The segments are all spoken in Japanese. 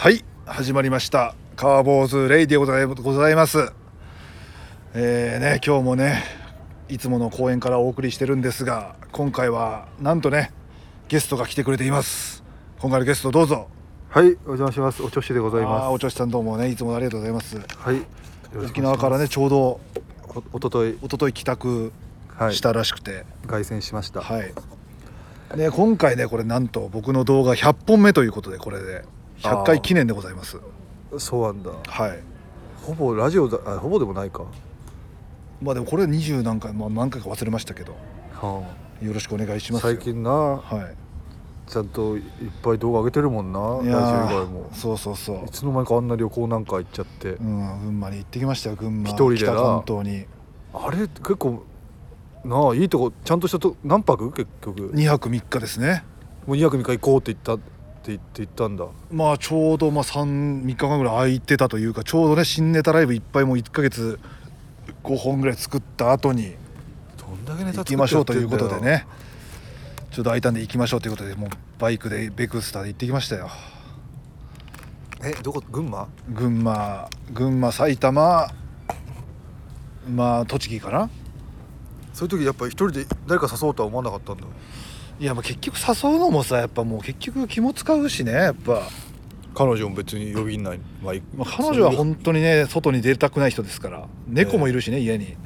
はい、始まりましたカーボーズレイディオでございます。今日もねいつもの公園からお送りしてるんですが、今回はなんとねゲストが来てくれています。今回のゲストどうぞ。 はい、お邪魔します。お調子でございます。 お調子さんどうもね、いつもありがとうございます。 はい、 沖縄からねちょうどおととい帰宅したらしくて、 凱旋しました。 はいね、今回ねこれなんと僕の動画100本目ということで、これで100回記念でございます。 そうなんだ。 はい、 ほぼラジオだ、ほぼでもないか。 まあでもこれ20何回、何回か忘れましたけど、よろしくお願いしますよ。 最近な、 はい、 ちゃんといっぱい動画上げてるもんな、ラジオ以外も。 そうそうそう。 いつの間にかあんな旅行なんか行っちゃって、 群馬に行ってきましたよ。群馬一人でな、 北関東に。 あれ結構なあ、いいとこちゃんとしたと。何泊結局 ？2泊3日ですね。 もう2泊3日行こうって言ったんだ。 まあちょうど3日間ぐらい空いてたというか、ちょうどね新ネタライブいっぱいもう1ヶ月5本ぐらい作った後にどんだけネタ作ってやってんだよ。 行きましょうということでね、ちょっと空いたんで行きましょうということで、もうバイクでベクスターで行ってきましたよ。 どこ？群馬、埼玉、まあ栃木かな。 そういう時やっぱ一人で誰か誘おうとは思わなかったんだ。 いや、まあ結局誘うのもさ、やっぱもう結局気も使うしね、やっぱ彼女も別に呼びない、 彼女は本当にね外に出たくない人ですから。猫もいるしね、家に。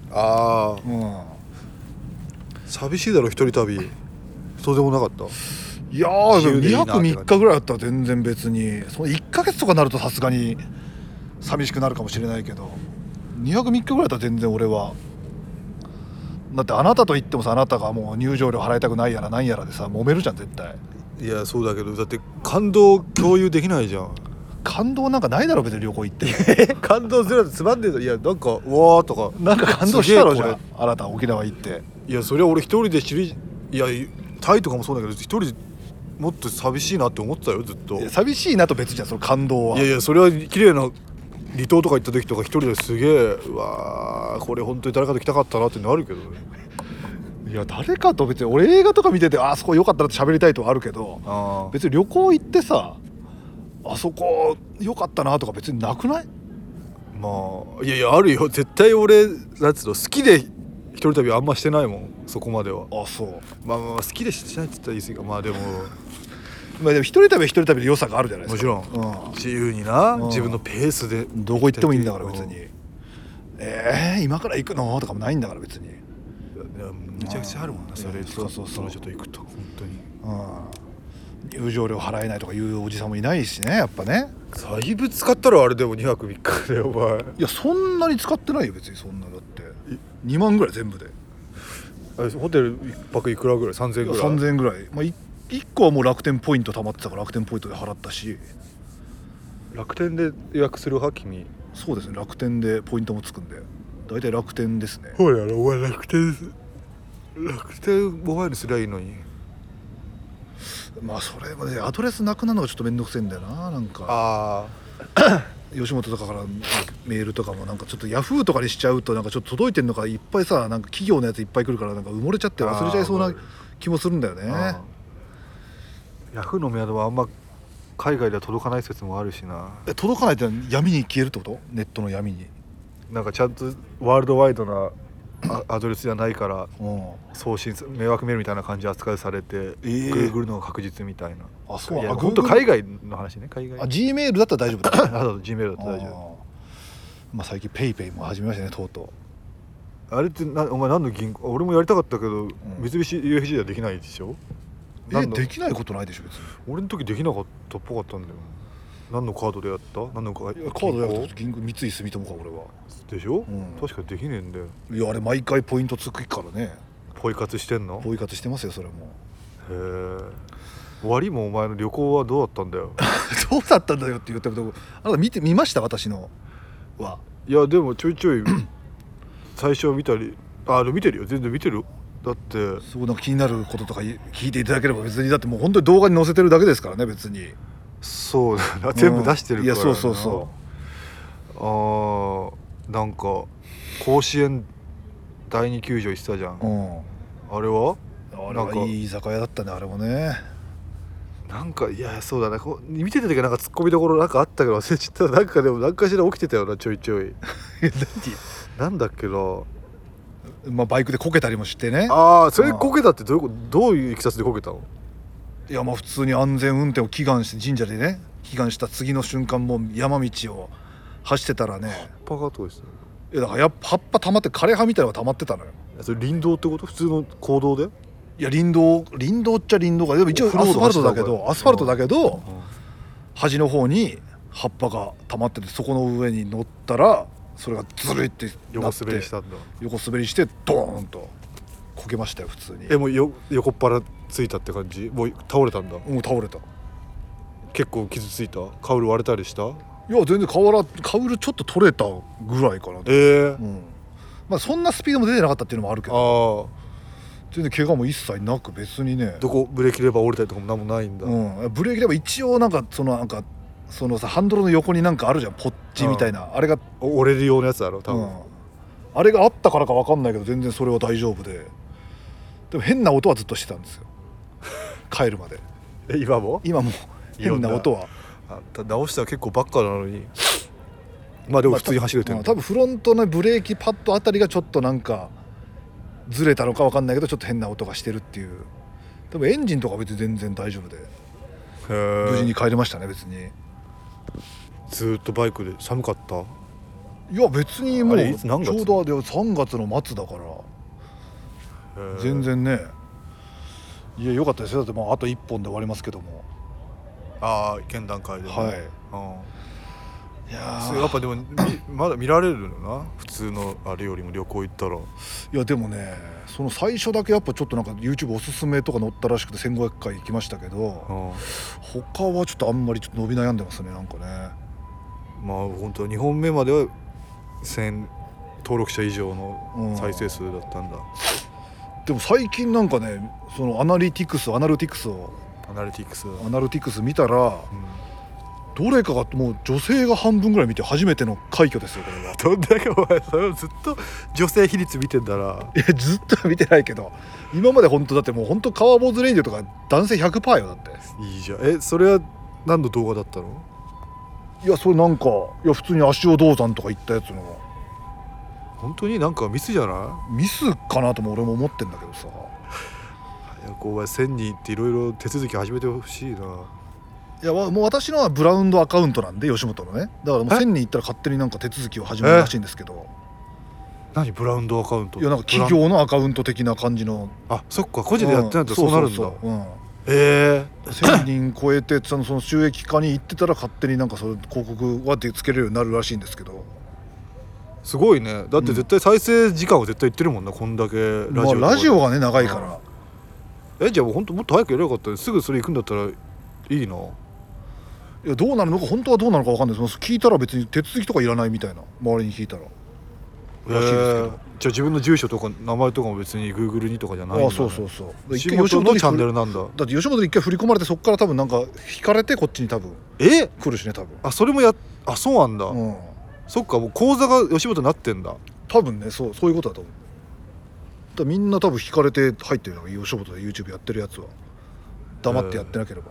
寂しいだろ一人旅。そうでもなかった？ いやー2泊3日ぐらいだったら全然別に、その1ヶ月とかなるとさすがに寂しくなるかもしれないけど、2泊3日ぐらいだったら全然俺は。だってあなたと言ってもさ、あなたがもう入場料払いたくないやらなんやらでさ揉めるじゃん絶対。 いやそうだけど、だって感動共有できないじゃん。 感動なんかないだろ別に旅行行って感動するのつまんねえだろ。いやなんかうわーとかなんか感動したろじゃん、あなた沖縄行って。 いやそれは俺一人でいやタイとかもそうだけど、一人でもっと寂しいなって思ってたよずっと。 寂しいなと別じゃんその感動は。 いやそれは綺麗な離島とか行った時とか一人ですげえうわーこれ本当に誰かと来たかったなってなるけどね。 いや誰かと別に俺映画とか見ててあそこ良かったなって喋りたいとはあるけど、別に旅行行ってさあそこ良かったなとか別になくない？ まあいやあるよ絶対。俺なんつうの好きで一人旅あんましてないもんそこまでは。 そう。 まあ好きでしないって言ったら言い過ぎか。まあでも一人旅は一人旅の良さがあるじゃないですか。 もちろん、自由にな、自分のペースでどこ行ってもいいんだから別に。今から行くのとかもないんだから別に。 めちゃくちゃあるもんなそれ。 そう彼女と行くと本当に入場料払えないとかいうおじさんもいないしね、やっぱね。 だいぶ使ったらあれでも2泊3日だよお前。 いやそんなに使ってないよ別に。そんなだって2万ぐらい全部で。 ホテル1泊いくらぐらい？3000円ぐらい。 3000円ぐらい。1個はもう楽天ポイント貯まってたから楽天ポイントで払ったし。 楽天で予約する派君？ そうですね、楽天でポイントもつくんで大体楽天ですね。 ほらお前楽天モバイルすりゃいいのに。 まあそれはねアドレスなくなるのがちょっとめんどくせえんだよな。なんか吉本とかからメールとかもなんかちょっとヤフーとかにしちゃうとなんかちょっと届いてんのかいっぱいさ、なんか企業のやついっぱい来るからなんか埋もれちゃって忘れちゃいそうな気もするんだよね。 ヤフーのメアドはあんま海外では届かない説もあるしな。 届かないって闇に消えるってこと？ネットの闇に。 なんかちゃんとワールドワイドなアドレスじゃないから送信迷惑メールみたいな感じで扱いされて、Google の確実みたいな。 そう。 本当海外の話ね。海外。 Gmail だったら大丈夫だ。 Gmail だったら大丈夫。 まあ最近 PayPay も始めましたねとうとう。あれってお前何の銀行？俺もやりたかったけど、三菱 UFJ ではできないでしょ？ できないことないでしょ別に。 俺の時できなかったっぽかったんだよ。何のカードでやった？何のカードでやった銀行？三井住友か俺は。でしょ、確かできねえんだよ。 いやあれ毎回ポイントつくからね。 ポイ活してんの？ ポイ活してますよそれも。 へえ。悪いもんお前の旅行はどうだったんだよ。 どうだったんだよって言ったけど、あなた見ました私のは。 いやでもちょいちょい最初見たり見てるよ。全然見てる。だってそうなんか気になることとか聞いていただければ別に。だってもう本当に動画に載せてるだけですからね別に。 そうだな、全部出してるから。 いやそうなんか甲子園第2球場行ってたじゃん。あれはいい居酒屋だったねあれもね。 なんかいやそうだな、こう見てた時はなんかツッコミどころなんかあったけど忘れちゃった。なんかでも何かしら起きてたよな、ちょいちょい。なんだっけな。 まあバイクでこけたりもしてね。 ああ、それこけたってどういうこと、どういういきさつでこけたの？ いやまあ普通に安全運転を祈願して神社でね祈願した次の瞬間もう山道を走ってたらね、 パカッとですね。 いやだからやっぱ葉っぱ溜まって枯れ葉みたいなのが溜まってたのよ。 それ林道ってこと？普通の公道で？ いや林道っちゃ林道か、でも一応アスファルトだけど端の方に葉っぱが溜まってて、そこの上に乗ったらそれがズルイってなって横滑りしたんだ。 横滑りしてドーンとこけましたよ普通に。 もう横っ腹ついたって感じ？もう倒れたんだ。 もう倒れた。 結構傷ついた？カウル割れたりした？ いや全然カウルちょっと取れたぐらいかな。まあそんなスピードも出てなかったっていうのもあるけど、全然怪我も一切なく別にね。 どこブレーキレバー折れたりとかも何もないんだ。 ブレーキレバー一応なんかそのさハンドルの横になんかあるじゃん、ポッチみたいな、あれが折れる用のやつだろ多分、 あれがあったからか分かんないけど全然それは大丈夫で、でも変な音はずっとしてたんですよ帰るまで。 今も変な音は直したら結構ばっかなのにまあでも普通に走れてる、 多分フロントのブレーキパッドあたりがちょっとなんかずれたのか分かんないけどちょっと変な音がしてるっていう。多分エンジンとか別に全然大丈夫で無事に帰れましたね。別にずっとバイクで寒かった？ いや別にもうちょ何月？ うど3月の末だから全然ね。いや良かったですよ。だってもうあと1本で終わりますけども。 ああ現段階で、ね、 はい。いややっぱでもまだ見られるのな、普通のあれよりも旅行行ったら。いやでもねその最初だけやっぱちょっとなんか YouTube おすすめとか載ったらしくて1500回行きましたけど、他はちょっとあんまりちょっと伸び悩んでますねなんかね。 まあ本当2本目までは1000登録者以上の再生数だったんだ、 でも最近なんかねそのアナルティクス見たら、どれかがもう女性が半分ぐらい見て初めての快挙ですよこれは。 どんだけお前それをずっと女性比率見てんだな。 いやずっとは見てないけど今まで本当だってもう本当カワーボーズレイディオとか男性 100% よだって。 いいじゃん。それは何の動画だったの？ いやそれなんかいや普通に足尾銅山とか行ったやつの。 本当になんかミスじゃない？ ミスかなとも俺も思ってんだけどさ。 早くお前1000人っていろいろ手続き始めてほしいな。 いやもう私のはブラウンドアカウントなんで吉本のね、だからもう1000人いったら勝手になんか手続きを始めるらしいんですけど。 何ブラウンドアカウント？ いやなんか企業のアカウント的な感じの。 あそっか個人でやってないとそうなるんだ。1000 人超えてその収益化に行ってたら勝手になんかその広告はつけれるようになるらしいんですけど。 すごいね。だって絶対再生時間は絶対いってるもんな、こんだけラジオ、 ラジオがね長いから。 じゃあもうほんともっと早くやればよかった。すぐそれ行くんだったらいいな。 いやどうなるのか本当はどうなのか分かんないです。聞いたら別に手続きとかいらないみたいな、周りに聞いたららしいですけど。 じゃあ自分の住所とか名前とかも別に Google にとかじゃないんだ、ね。 そう吉本のチャンネルなんだ。 だって吉本で一回振り込まれてそこから多分なんか引かれてこっちに多分来るしね多分。 それもそうなんだ、そっかもう口座が吉本になってんだ多分ね。そういうことだと思う。だみんな多分引かれて入ってるのが吉本で YouTube やってるやつは黙ってやってなければ。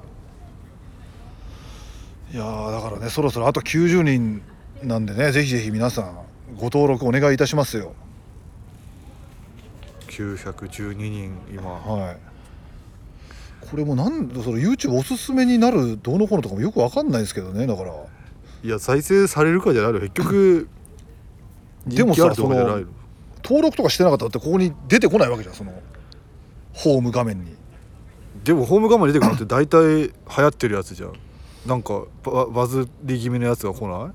いやだからねそろそろあと90人なんでね、ぜひぜひ皆さんご登録お願いいたしますよ。 912人今。 はい。これもなんそれ YouTube おすすめになるどうのこうのとかもよくわかんないですけどね。だからいや再生されるかじゃないの結局でもさその登録とかしてなかったらってここに出てこないわけじゃん、そのホーム画面に。 でもホーム画面に出てくるのって大体流行ってるやつじゃん。なんかバズり気味のやつが来ない？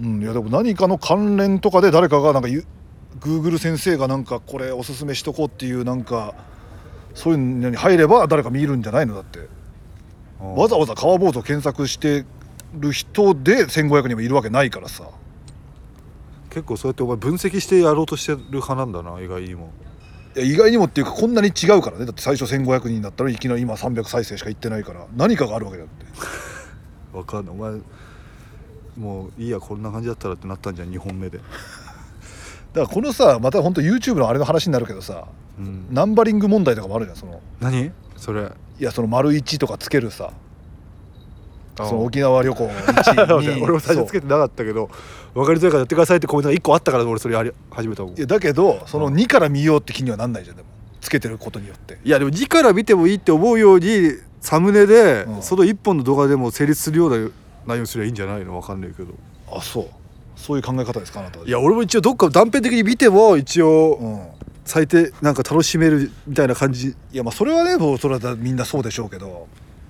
いやでも何かの関連とかで誰かがなんかGoogle 先生がなんかこれおすすめしとこうっていうなんかそういうのに入れば誰か見るんじゃないの？だってわざわざ川坊主を検索してる人で1500人もいるわけないからさ。 結構そうやってお前分析してやろうとしてる派なんだな、意外にも。 いや意外にもっていうかこんなに違うからね。だって最初1500人だったらいきなり今300再生しかいってないから何かがあるわけだって。 わかんない。お前もういいやこんな感じだったらってなったんじゃん2本目で。 だからこのさまた本当 YouTube のあれの話になるけどさ、ナンバリング問題とかもあるじゃん。その何それ？ いやその丸1とかつけるさその沖縄旅行1位に俺も最初つけてなかったけど分かりづらいからやってくださいってコメントが1個あったから俺それやり始めたもん。 いやだけどその2から見ようって気にはなんないじゃん。でもつけてることによっていやでも2から見てもいいって思うようにサムネで、その1本の動画でも成立するような内容すればいいんじゃないの。分かんないけど。 あそういう考え方ですかあなたは。 いや俺も一応どっか断片的に見ても一応、最低なんか楽しめるみたいな感じ。 いやまあそれはねもうそれはみんなそうでしょうけど、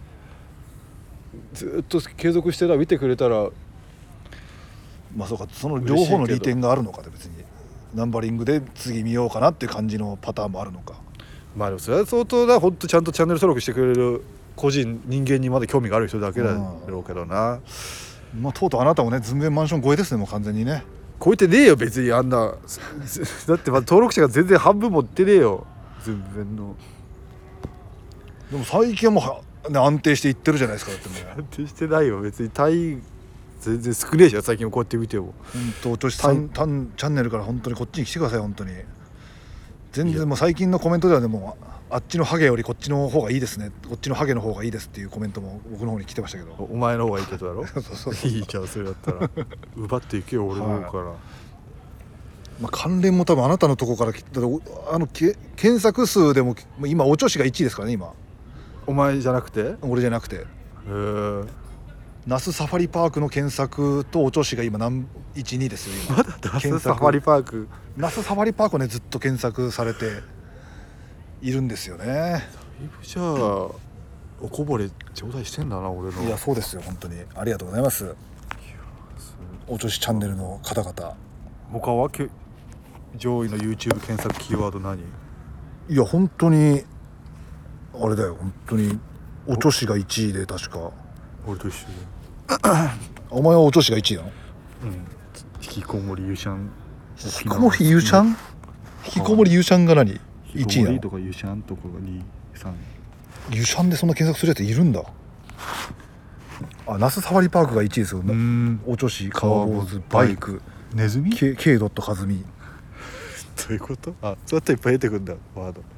ずっと継続して見てくれたらまあそうか、その両方の利点があるのかで、別にナンバリングで次見ようかなっていう感じのパターンもあるのか。まあでもそれは相当だ、ほんとちゃんとチャンネル登録してくれる人間にまだ興味がある人だけだろうけどな。 まあとうとうあなたもね、ズンベンマンション超えですね、もう完全にね。 超えてねえよ別にあんなだってまだ登録者が全然半分もってねえよズンベンの。 でも最近はもう、ね、安定していってるじゃないですか。だってもう安定してないよ別に。全然少ねえじゃん最近もこうやって見ても。 本当、チャンネルから本当にこっちに来てください。本当に全然もう最近のコメントではでもあっちのハゲよりこっちの方がいいですね、こっちのハゲの方がいいですっていうコメントも僕の方に来てましたけど。 お前の方がいいってことだろそういいじゃんそれだったら奪っていけよ俺の方から、 まあ、関連も多分あなたのとこから来た検索数でも今お調子が1位ですからね今。 お前じゃなくて俺じゃなくて那須サファリパークの検索とお調子が今1、2ですよ今。 まだ那須サファリパーク那須サファリパークねずっと検索されているんですよね。 じゃあおこぼれ頂戴してんだな俺の。 いやそうですよ本当にありがとうございます。お調子チャンネルの方々。 他は上位の YouTube 検索キーワード何？ いや本当にあれだよ本当にお調子が1位で確か。 俺と一緒お前はお調子が1位なの？ 引きこもりゆうしゃん。 引きこもりゆうしゃん？引きこもりゆうしゃんが何？1位なの？ とかゆうしゃんとかが2、3。 ゆうしゃんでそんな検索するやついるんだ。那須サファリパークが1位ですよ。お調子、カーボーズ、バイク、 ネズミ、 K ドットカズミ。 どういうこと？そうやっていっぱい出てくるんだワード。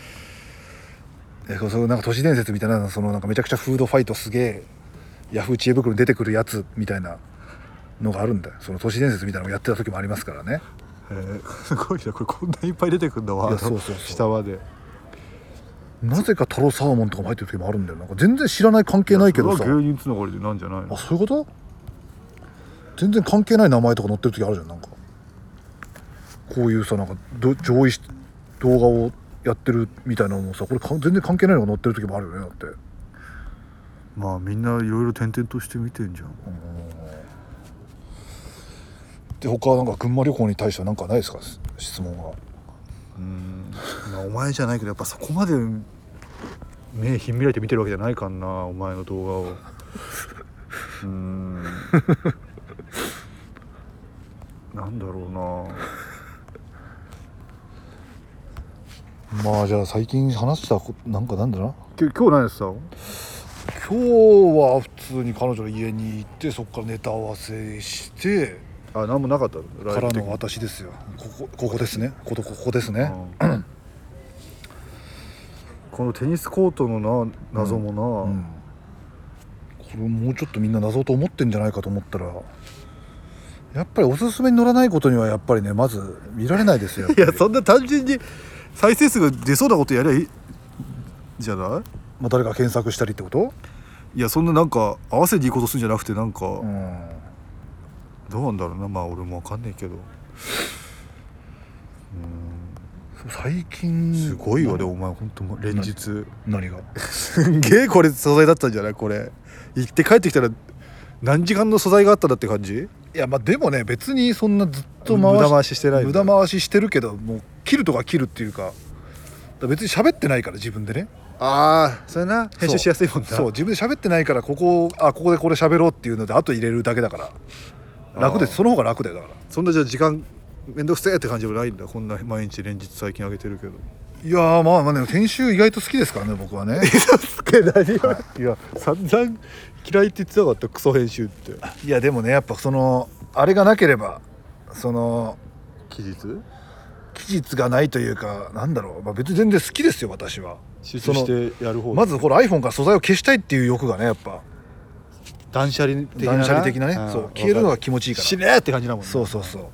そうなんか都市伝説みたいな、そのなんかめちゃくちゃフードファイトすげえヤフー知恵袋に出てくるやつみたいなのがあるんだよ。その都市伝説みたいなのをやってた時もありますからね。 すごいなこれ、こんないっぱい出てくるんだワード。 そう下まで。 なぜかタロサーモンとかも入ってる時もあるんだよ。なんか全然知らない関係ないけどさ。 芸人つながりでなんじゃないの？ そういうこと？全然関係ない名前とか載ってる時あるじゃん。なんかこういうさなんか上位動画をやってるみたいなのもさ、これ全然関係ないのが載ってる時もあるよね。だってまあみんないろいろ転々として見てんじゃん。 で他なんか群馬旅行に対しては何かないですか質問が。 まあお前じゃないけどやっぱそこまで目ひんみらいて見てるわけじゃないかんなお前の動画を。なんだろうな。まあじゃあ最近話したなんかなんだな。 今日何やってたの？ 今日は普通に彼女の家に行ってそこからネタ合わせして何もなかったからの私ですよ。ここですね。ここですね。 このテニスコートの謎もな、 これもうちょっとみんな謎と思ってんじゃないかと思ったらやっぱりおすすめに乗らないことにはやっぱりねまず見られないですよ。 いやそんな単純に再生数が出そうなことやりゃいいじゃない？ まあ誰か検索したりってこと？ いやそんななんか合わせにいいことするんじゃなくてなんか、どうなんだろうな。まあ俺もわかんないけど最近すごいよねお前ほんと連日。 何がすんげえこれ素材だったんじゃない？これ行って帰ってきたら何時間の素材があったんだって感じ。 いやまあでもね別にそんなずっと無駄回ししてない。 無駄回ししてるけどもう切るとか切るっていうか別に喋ってないから自分でね。 それな編集しやすいもんな。 そう自分で喋ってないからここでこれ喋ろうっていうので後入れるだけだから楽です。その方が楽だよ。だからそんなじゃあ時間めんどくせえって感じもないんだ。こんな毎日連日最近上げてるけど。 いやーまあね編集意外と好きですからね僕はね。 いや散々嫌いって言ってなかったクソ編集って。 いやでもねやっぱそのあれがなければその期日がないというかなんだろう、まあ、別に全然好きですよ私は。 集中してやる方。 まずほら iPhone から素材を消したいっていう欲がねやっぱ断捨離的な断捨離的なね、 うんそう消えるのが気持ちいいから死ねーって感じだもんね。 そうそうそう。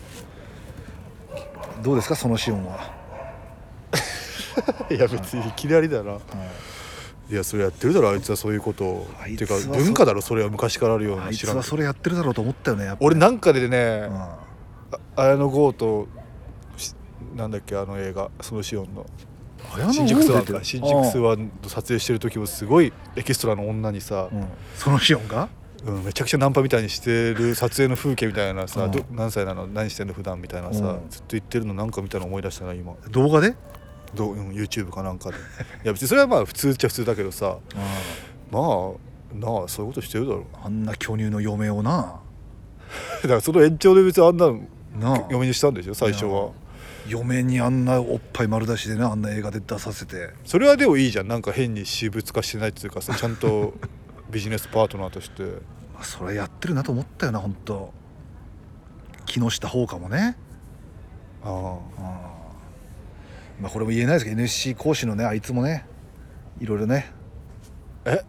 どうですかそのシオンは。 いや別にいきなりだな。いやそれやってるだろあいつはそういうことを。てかあいつはそう文化だろそれは昔からあるようあない知らんけど。 つはそれやってるだろうと思ったよねやっぱり。 俺なんかでね、 うん綾野剛となんだっけあの映画そのシオンの綾野新宿スワン剛出てるか新宿スワンの撮影してる時もすごいエキストラの女にさ、 そのシオンがめちゃくちゃナンパみたいにしてる撮影の風景みたいなさ、 うん何歳なの何してんの普段みたいなさ、 うんずっと言ってるのなんか見たの思い出したな今。 動画で。 YouTube かなんかでいや別にそれはまあ普通っちゃ普通だけどさまあなあそういうことしてるだろあんな巨乳の嫁をなだからその延長で別にあんなのなあ嫁にしたんでしょ最初は。 嫁にあんなおっぱい丸出しでねあんな映画で出させて。 それはでもいいじゃんなんか変に私物化してないっていうかさちゃんとビジネスパートナーとしてまあそれやってるなと思ったよな本当。木下ほうかもね。 あまあこれも言えないですけど NSC 講師のねあいつもねいろいろね。 え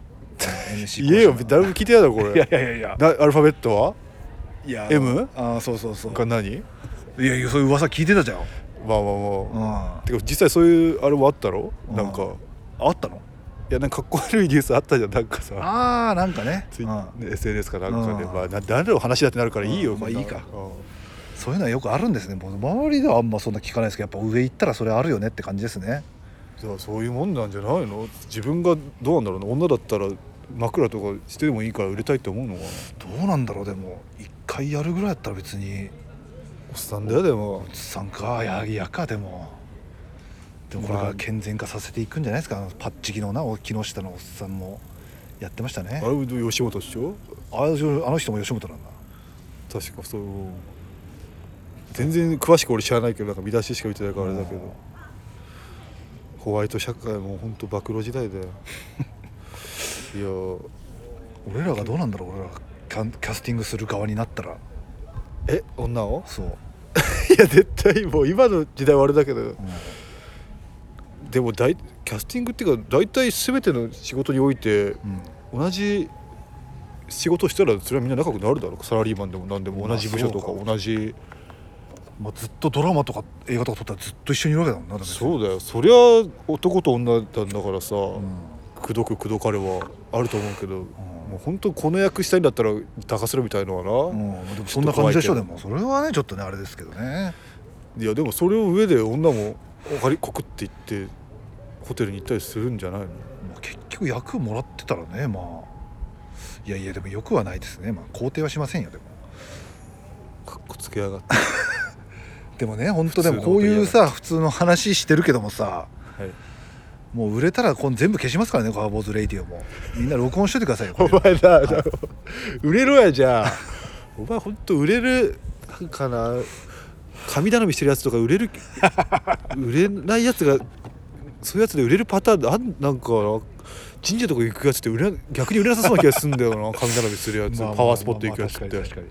NSC 言えよ誰も聞いてないだろこれ。 いやいやいやいやアルファベットはいや M？ ああそうそうそう。 が何？ いやいやそういう噂聞いてたじゃん。 まあまあまああてか実際そういうあれもあったろうんなんかあったの。 いやなんかかっこ悪いニュースあったじゃんなんかさああなんかね、 SNS かなんかでうんまあ誰の話だってなるからいいよまあいいかうんそういうのはよくあるんですね。もう周りではあんまそんな聞かないですけどやっぱ上行ったらそれあるよねって感じですね。 じゃあそういうもんなんじゃないの自分がどうなんだろうな女だったら枕とかしてでもいいから売れたいって思うのかなどうなんだろうでも一回やるぐらいだったら別におっさんだよでもおっさんかいやかでもこれから健全化させていくんじゃないですか。パッチギのな木下のおっさんもやってましたね。 あれ吉本っしょあの人も吉本なんだ。 確かそう全然詳しく俺知らないけどなんか見出ししか見てないからあれだけどホワイト社会もほんと暴露時代だよいや俺らがどうなんだろう俺らがキャスティングする側になったら。 女をそう、 いや絶対もう今の時代はあれだけどでもキャスティングっていうか大体全ての仕事において同じ仕事をしたらそれはみんな仲良くなるだろうサラリーマンでも何でも同じ部署とかまあ同じまあ、ずっとドラマとか映画とか撮ったらずっと一緒にいるわけだもんな。 そうだよそりゃ男と女なんだからさうん口説く口説かれはあると思うけどもう本当この役したいんだったら抱かせろみたいのはな、 でもそんな感じでしょ。 ちょっと怖いけどでもそれはねちょっとねあれですけどね。 いやでもそれを上で女も告って言ってホテルに行ったりするんじゃないのまあ結局役もらってたらねまあいやいやでもよくはないですね。まあ肯定はしませんよでも。 かっこつけやがってでもね本当でもこういうさ普通の話してるけどもさはいもう売れたら全部消しますからねカーボーズレイディオもみんな録音しといてくださいよお前だ、売れろやじゃあお前ほんと売れるなんかな神頼みしてるやつとか売れないやつがそういうやつで売れるパターンなんか神社とか行くやつって逆に売れなさそうな気がするんだよな神頼みするやつパワースポット行くやつって確かに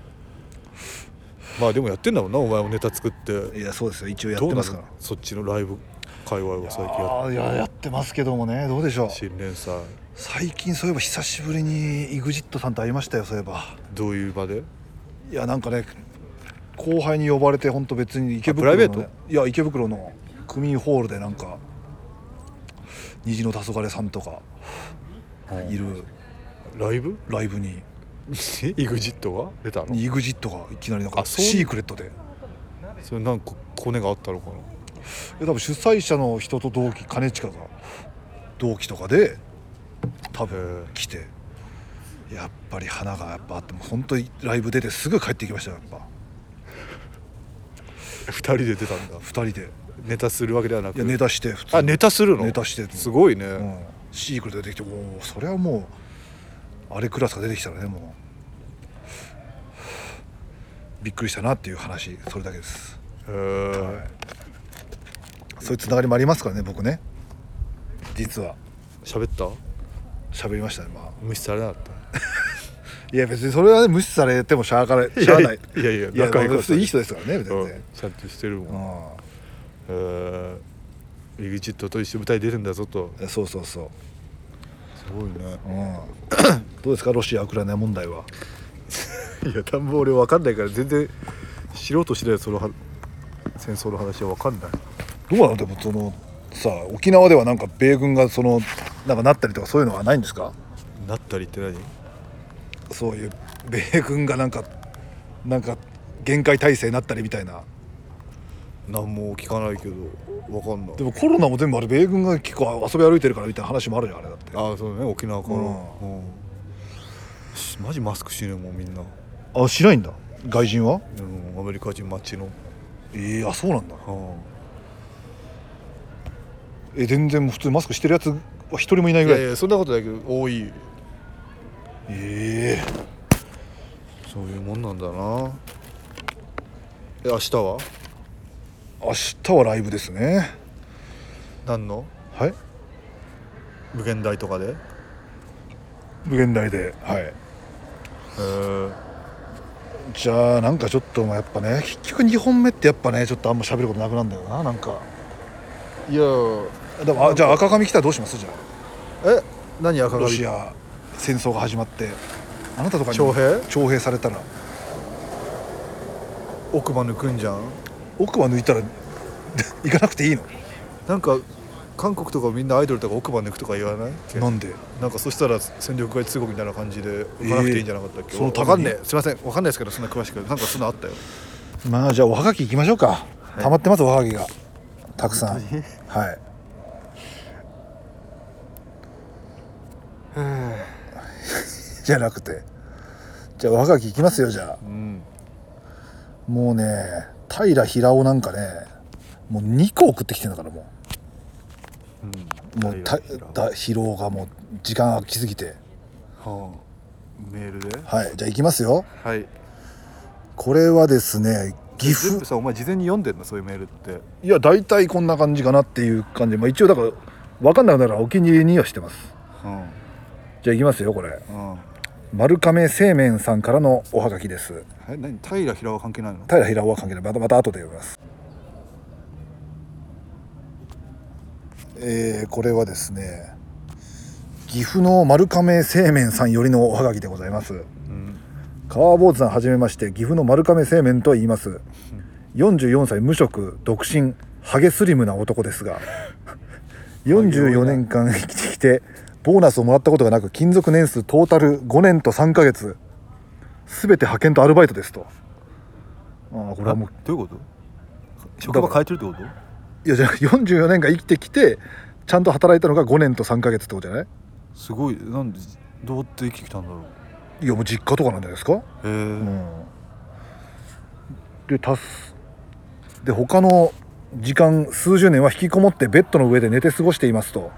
まあでもやってんだもんなお前もネタ作っていやそうですよ一応やってますからそっちのライブ界隈は最近いややってますけどもねどうでしょう。 新連載最近そういえば久しぶりに EXIT さんと会いましたよそういえば。 どういう場でいやなんかね後輩に呼ばれて本当別に池プライベート袋の、ね、いや池袋の区民ホールでなんか虹の黄昏さんとかいるライブライブに EXIT が出たの EXIT がいきなりなんかそうシークレットでそれなんかコネがあったのかな多分主催者の人と同期兼近が同期とかで多分来てやっぱり花がやっぱあっても本当にライブ出てすぐ帰ってきましたよやっぱ 2人で出たんだ 2人で。 ネタするわけではなくいやネタして普通ネタするのネタしてすごいね、 シークレット出てきてもうそれはもうあれクラスが出てきたらねもうびっくりしたなっていう話それだけです。そういうつながりもありますからね僕ね実は喋った喋りましたねまあ無視されなかったいや別にそれはね無視されてもしゃあないいやいや仲良かった普通いい人ですからね別にね。 ちゃんとしてるもんEXITと一緒に舞台出るんだぞとそうそうそうすごいねどうですかロシアウクライナ問題は。 いや多分俺分かんないから全然素人次第その戦争の話は分かんない。 どうなのでもそのさ沖縄ではなんか米軍がそのなんかなったりとかそういうのはないんですか。 なったりって何？ そういう米軍がなんか限界態勢になったりみたいな。 何も聞かないけど分かんない。 でもコロナも全部あれ米軍が結構遊び歩いてるからみたいな話もあるじゃんあれだって。 ああそうね沖縄から、 うんマジマスクしてるもんみんな、 あしないんだ外人は。 アメリカ人街の、 あそうなんだ。全然普通にマスクしてるやつは一人もいないいぐらい。 やいやそんなことないけど多い。そういうもんなんだな。明日は明日はライブですね。 何のはい。 無限大とかで？ 無限大ではい。じゃあなんかちょっとやっぱね結局2本目ってやっぱねちょっとあんま喋ることなくなるんだよななんか。 いやでもじゃあ赤髪来たらどうしますじゃあ。 何赤髪？ ロシア戦争が始まってあなたとかに徴兵されたら奥歯抜くんじゃん。 奥歯抜いたら行かなくていいの。 なんか韓国とかみんなアイドルとか奥歯抜くとか言わない？ なんで。 なんかそしたら戦力外通告みたいな感じで行かなくていいんじゃなかったっけ？ その分かんねえすいません分かんないですけどそんな詳しくなんかそんなあったよ。 まあじゃあおはがき行きましょうか、 はい、 溜まってますおはがきがたくさん。はいじゃなくてじゃあおはがき行きますよじゃあ、もうね平平尾なんかねもう2個送ってきてんだからもう、もう疲労がもう時間空きすぎて、 メールではいじゃあ行きますよ。 はい。 これはですね岐阜さお前事前に読んでんのそういうメールって。 いや大体こんな感じかなっていう感じで、一応だから分かんないならお気に入りにはしてます。じゃあ行きますよこれ、丸亀製麺さんからのおはがきです。 何平平尾は関係ないの？ 平平尾は関係ない。また後で読みます。これはですね岐阜の丸亀製麺さんよりのおはがきでございます。川坊主さんはじめまして、岐阜の丸亀製麺と言います。44歳無職独身ハゲスリムな男ですが44年間生きてきてボーナスをもらったことがなく、勤続年数トータル5年と3ヶ月すべて派遣とアルバイトですと。これはもうどういうこと？職場変えてるってこと？ いやじゃあ44年間生きてきてちゃんと働いたのが5年と3ヶ月ってことじゃない？ すごい。なんでどうやって生きてきたんだろう。 いやもう実家とかなんじゃないですか。で他の時間数十年は引きこもってベッドの上で寝て過ごしていますと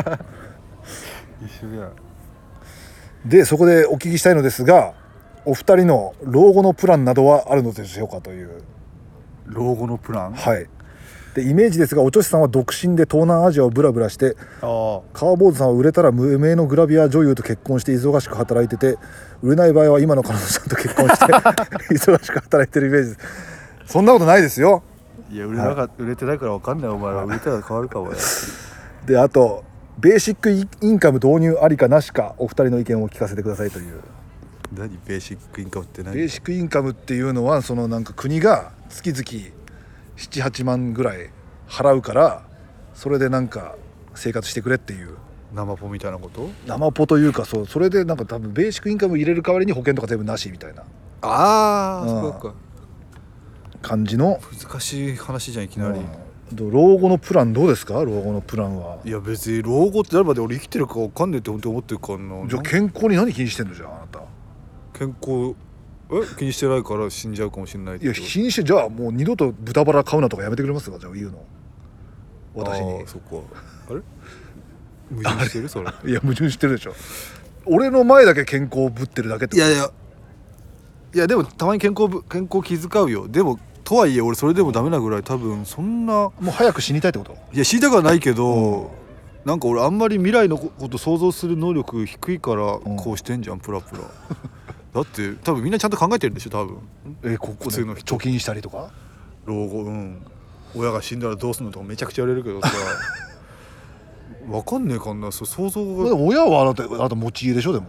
一緒や。 でそこでお聞きしたいのですが、お二人の老後のプランなどはあるのでしょうかという。 老後のプラン？ はいでイメージですが、おちょしさんは独身で東南アジアをブラブラして、川坊主さんは売れたら無名のグラビア女優と結婚して忙しく働いてて、売れない場合は今の彼女さんと結婚して忙しく働いてるイメージです。そんなことないですよ。 いや売れてないから分かんない。お前は売れたら変わるかもよであとベーシックインカム導入ありかなしか、お二人の意見を聞かせてくださいという。 何ベーシックインカムって何？ ベーシックインカムっていうのはそのなんか国が月々7,8万ぐらい払うから、それでなんか生活してくれっていう生ポみたいなこと？ 生ポというか、それでなんか多分ベーシックインカム入れる代わりに保険とか全部なしみたいなそうか感じの難しい話じゃんいきなり。 老後のプランどうですか？老後のプランは。 いや別に老後って誰まで俺生きてるか分かんねえって本当に思ってるからな。 じゃあ健康に何気にしてんのじゃああなた。 健康気にしてないから死んじゃうかもしれないって。 いや気にして、じゃあもう二度と豚バラ買うなとかやめてくれますか？じゃあ言うの私に。 そっか。あれ矛盾してるそれ。 いや矛盾してるでしょ。俺の前だけ健康ぶってるだけってこと。 いやでもたまに健康気遣うよ。でもとはいえ俺それでもダメなぐらい多分そんなもう早く死にたいってこと？ いや死にたくはないけど、なんか俺あんまり未来のこと想像する能力低いからこうしてんじゃん、プラプラだって多分みんなちゃんと考えてるんでしょ多分。 普通の人貯金したりとか老後親が死んだらどうすんのとかめちゃくちゃ言われるけどさ分かんねえかんな。想像が。 親はあなた持ち家でしょでも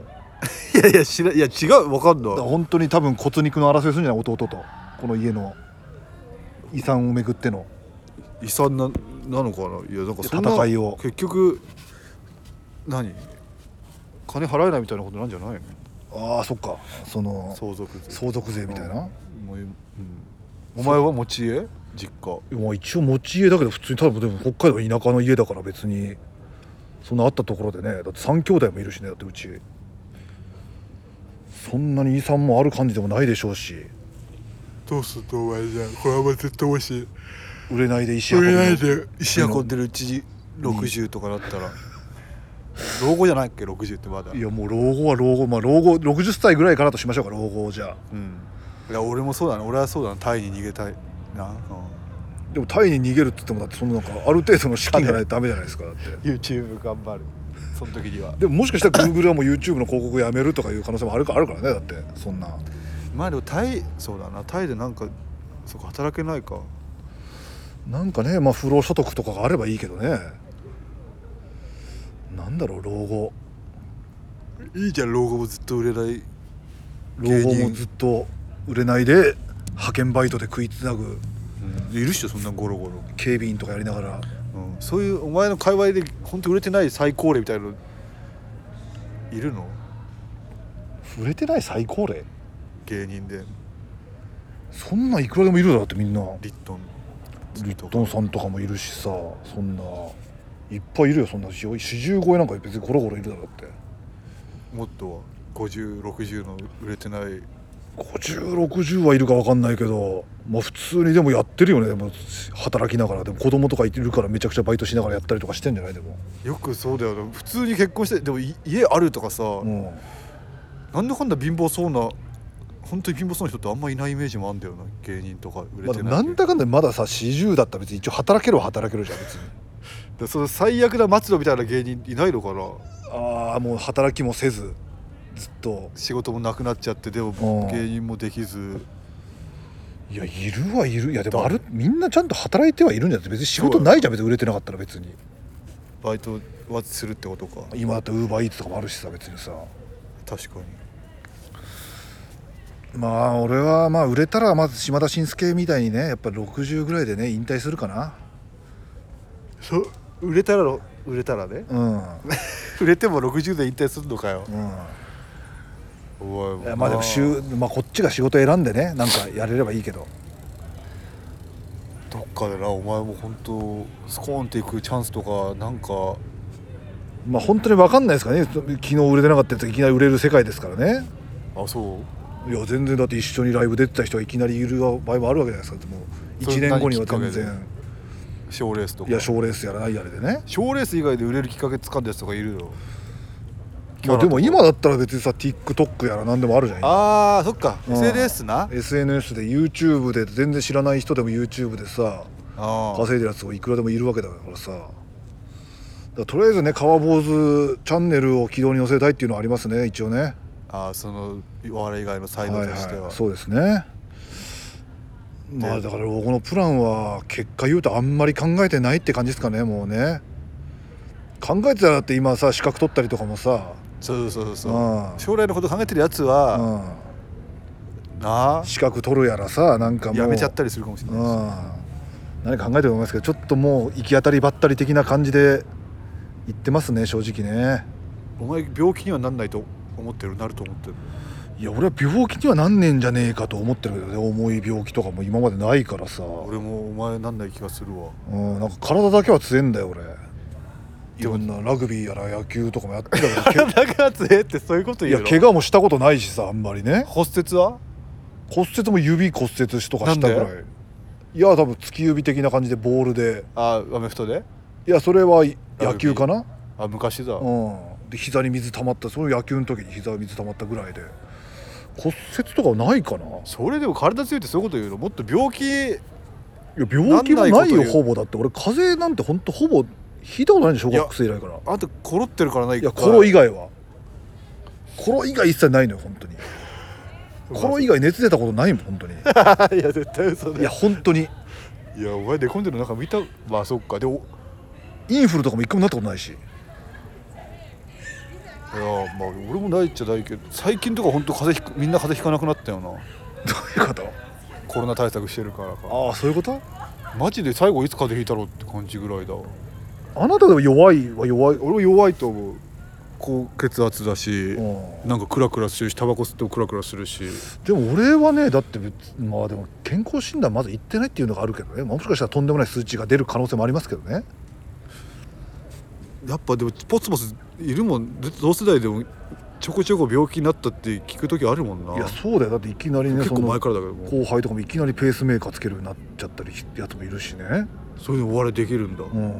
いやいや知らいや違う分かんない。 本当に多分骨肉の争いするんじゃない、弟とこの家の遺産をめぐっての遺産なのかな。いやなんかそんな戦いを結局何金払えないみたいなことなんじゃないの。 ああそっか、その相続税相続税みたいな、 もうお前は持ち家実家。 まあ一応持ち家だけど普通に多分でも北海道田舎の家だから別にそんなあったところでね、だって3兄弟もいるしね、だってうちそんなに遺産もある感じでもないでしょうし、 どうすんのお前じゃん。これは絶対もし売れないで石運びの石運んでるうち60とかだったら老後じゃないっけ60ってまだ。 いやもう老後は老後、まあ老後60歳ぐらいからとしましょうか、老後をじゃあ。 いや俺もそうだな、俺はそうだな、タイに逃げたいな、 でもタイに逃げるって言ってもだってそのなんかある程度の資金がないとダメじゃないですかだって YouTube 頑張るその時には。 でももしかしたら Google はもう YouTube の広告やめるとかいう可能性もあるからね、だってそんな。 まあでもタイそうだな、タイでなんかそこ働けないか。 なんかね、まあ不労所得とかがあればいいけどね。なんだろう、老後いいじゃん、老後もずっと売れない老後もずっと売れないで派遣バイトで食いつなぐ、 いるっしょそんなゴロゴロ、 警備員とかやりながら、 そういうお前の界隈で本当売れてない最高齢みたいなのいるの。 売れてない最高齢芸人でそんないくらでもいるだろうってみんな。 リットンリットンさんとかもいるしさ、そんないっぱいいるよ、そんな40、50超えなんか別にゴロゴロいるだろうって。 もっとは50、60の売れてない。 50、60はいるか分かんないけど、まあ普通にでもやってるよね。でも働きながら、でも子供とかいるからめちゃくちゃバイトしながらやったりとかしてんじゃない。でもよくそうだよな、普通に結婚してでも家あるとかさ、なんだかんだ貧乏そうな、本当に貧乏そうな人ってあんまいないイメージもあるんだよな、芸人とか売れてない、 まあ、なんだかんだまださ40だったら別に一応働けるは働けるじゃん別に。 でその最悪な末路みたいな芸人いないのかな。 ああもう働きもせずずっと仕事もなくなっちゃって、でも芸人もできず。 いやいるはいる。いやでもみんなちゃんと働いてはいるんじゃなくて、別に仕事ないじゃん、別に売れてなかったら。別にバイトはするってことか。 今だってウーバーイーツとかもあるしさ、別にさ。 確かに。 まあ俺はまあ売れたらまず島田紳介みたいにね、やっぱり60ぐらいでね引退するかな。 売れたらね売れても60で引退するのかよ。おい、 まあでもまあこっちが仕事選んでねなんかやれればいいけど、 どっかでな、お前も本当スコーンっていくチャンスとかなんか。 まあ本当に分かんないですからね。昨日売れてなかったやついきなり売れる世界ですからね。 あ、そう。 いや全然だって一緒にライブ出てた人がいきなりいる場合もあるわけじゃないですか。もう1年後には全然賞レースとか。 いや賞レースやらないやれでね。 賞レース以外で売れるきっかけ掴んだやつとかいるよ。 まあでも今だったら別にさ TikTok やら何でもあるじゃん。 あーそっか、SNS な。 SNS で YouTube で全然知らない人でも YouTube でさ稼いでるやつがいくらでもいるわけだからさ。だからとりあえずね川坊主チャンネルを軌道に乗せたいっていうのはありますね一応ね。 そのお笑い以外の才能としては、 そうですね。まあだから老後のプランは結果言うとあんまり考えてないって感じですかね。もうね考えてたらだって今さ資格取ったりとかもさ、 そう将来のこと考えてるやつは、なあ資格取るやらさなんかもうやめちゃったりするかもしれないし、 何考えてると思いますけど、ちょっともう行き当たりばったり的な感じで言ってますね正直ね。 お前病気にはなんないと思ってる、なると思ってる。 いや俺は病気にはなんねんじゃねえかと思ってるけどね。重い病気とかも今までないからさ。 俺もお前なんない気がするわ。 なんか体だけは強えんだよ俺。いろんなラグビーやら野球とかもやってたけど体が強えってそういうこと言うの。 いや怪我もしたことないしさあんまりね。 骨折は骨折も指骨折とかしたぐらい。いや多分突き指的な感じでボールで。 アメフトで。 いやそれは野球かな。 昔だ。 で膝に水溜まった、その野球の時に膝に水溜まったぐらいで骨折とかはないかな。 それでも体強いってそういうこと言うの。もっと病気。いや病気もないよほぼ。だって俺風邪なんてほんとほぼ引いたことないんで小学生以来から。 あんたコロってるからない。 いやコロ以外一切ないのよ本当に。コロ以外熱出たことないもん本当にいや絶対嘘だ。 いや本当に。 いやお前寝込んでる中見た。まあそっか。でもインフルとかも一回もなったことないし。 まあ俺もないっちゃないけど、最近とか本当みんな風邪ひかなくなったよな。 どういうこと？ コロナ対策してるからか。 ああそういうこと？ マジで最後いつ風邪ひいたろうって感じぐらいだわ。 あなたでも弱いは弱い。 俺も弱いと思う。高血圧だし、 うんなんかクラクラするし、タバコ吸ってもクラクラするし。 でも俺はねだってまあでも健康診断まだ行ってないっていうのがあるけどね、もしかしたらとんでもない数値が出る可能性もありますけどね。 やっぱでもポツポツいるもん。同世代でもちょこちょこ病気になったって聞く時あるもんな。 いやそうだよ。だっていきなりね結構前からだけども、 後輩とかもいきなりペースメーカーつけるようになっちゃったりやつもいるしね。 そういうのお笑いできるんだ。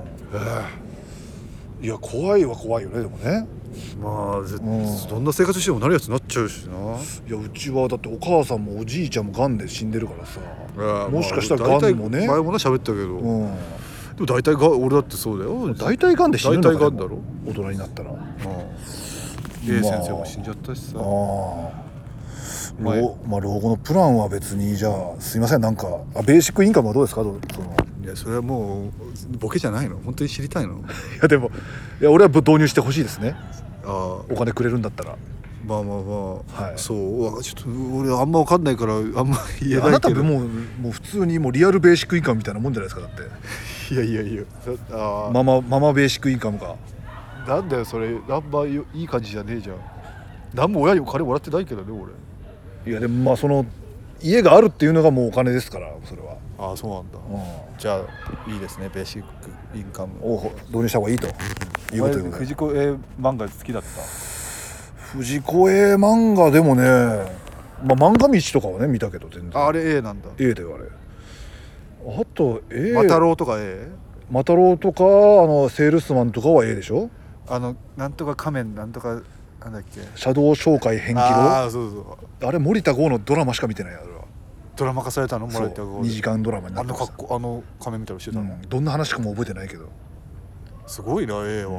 いや怖いは怖いよねでもね。 まあどんな生活してもなるやつになっちゃうしな。 いやうちはだってお母さんもおじいちゃんもがんで死んでるからさ、もしかしたらまあがんもね、 前もな喋ったけど、でも大体が俺だってそうだよ。 大体がんで死ぬのか。 大体がんだろ大人になったら。 A 先生も死んじゃったしさ。 まあ老後のプランは別にじゃあすいませんなんかベーシックインカムはどうですか？ いやそれはもうボケじゃないの？本当に知りたいの？ いやでも俺は導入してほしいですね。 お金くれるんだったら。 まあまあまあ、 はい、 そうちょっと俺あんま分かんないからあんま言えないけど。 あなたもう普通にもうリアルベーシックインカムみたいなもんじゃないですか。だっていやママベーシックインカムがなんだよそれ。あんまいい感じじゃねえじゃん。何も親にお金もらってないけどね俺。 いやでもまあその家があるっていうのがもうお金ですからそれは。 ああそうなんだ、じゃあいいですねベーシックインカムを導入した方がいいということで。 藤子 A 漫画好きだった？ 藤子 A 漫画でもね、漫画道とかはね見たけど全然。 あれ A なんだ。 A だよあれ。あと A マタロウとか A？ マタロウとかセールスマンとかは A でしょ。 なんとか仮面なんとかなんだっけ、 シャドウ紹介変気郎。 ああそうあれ森田剛のドラマしか見てない。あれはドラマ化されたの？森田剛 2時間ドラマになってました。 仮面見たりしてたの、 どんな話かも覚えてないけどすごいな A は、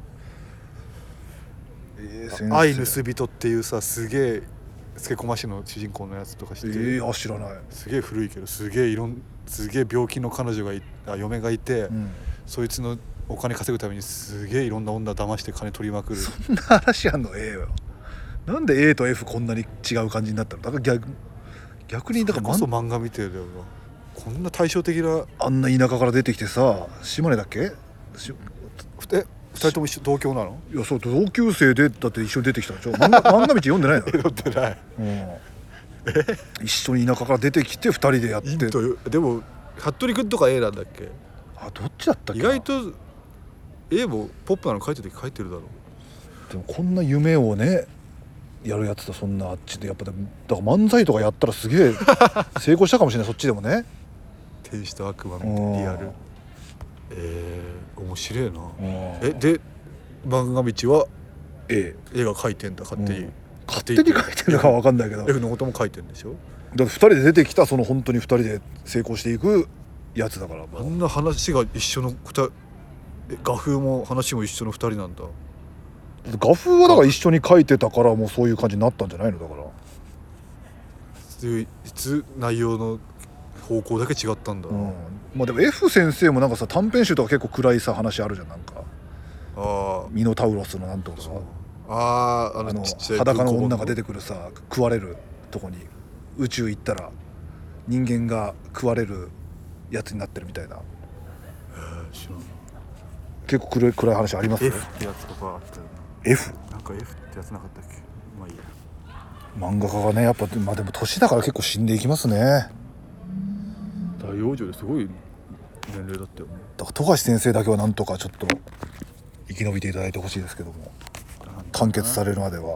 愛盗人っていうさすげえつけこましの主人公のやつとか知ってる？ 知らない。 すげえ古いけどすげえ病気の彼女が嫁がいて、そいつのお金稼ぐためにすげえいろんな女騙して金取りまくる。 そんな話あんの A は。なんで A と F こんなに違う感じになったの？だから逆にだからこそ漫画見てるよな。こんな対照的な。あんな田舎から出てきてさ、島根だっけ 2人とも同郷なの？ いやそう同級生でだって一緒に出てきたでしょ。漫画道読んでないの？ 読んでない。 一緒に田舎から出てきて2人でやって。 でも服部君とか A なんだっけ？ どっちだったっけ？ 意外と A もポップなの書いてる時書いてるだろう。 でもこんな夢をねやるやつとそんなあっちでやっぱだから漫才とかやったらすげえ成功したかもしれないそっちでもね。 天使と悪魔のリアル。面白いな。で漫画道は A が書いてんだ。勝手に書いてるのか分かんないけど F のことも書いてんでしょ。 だって2人で出てきたその本当に2人で成功していくやつだから。 あんな話が一緒の画風も話も一緒の2人なんだ。 画風はだから一緒に書いてたからもうそういう感じになったんじゃないの？だからいつ内容の方向だけ違ったんだ。 まあでも F 先生もなんかさ短編集とか結構暗いさ話あるじゃん。なんかミノタウロスのなんとかさちっちゃい裸の女が出てくるさ食われるとこに宇宙行ったら人間が食われるやつになってるみたいな。結構暗い話ありますね。 F ってやつとかあったよね。 F？ なんか F ってやつなかったっけ？まあいいや。 漫画家がねやっぱでも年だから結構死んでいきますね。 大往生ですごい年齢だったよね。 だから富樫先生だけはなんとかちょっと生き延びていただいてほしいですけども、完結されるまでは、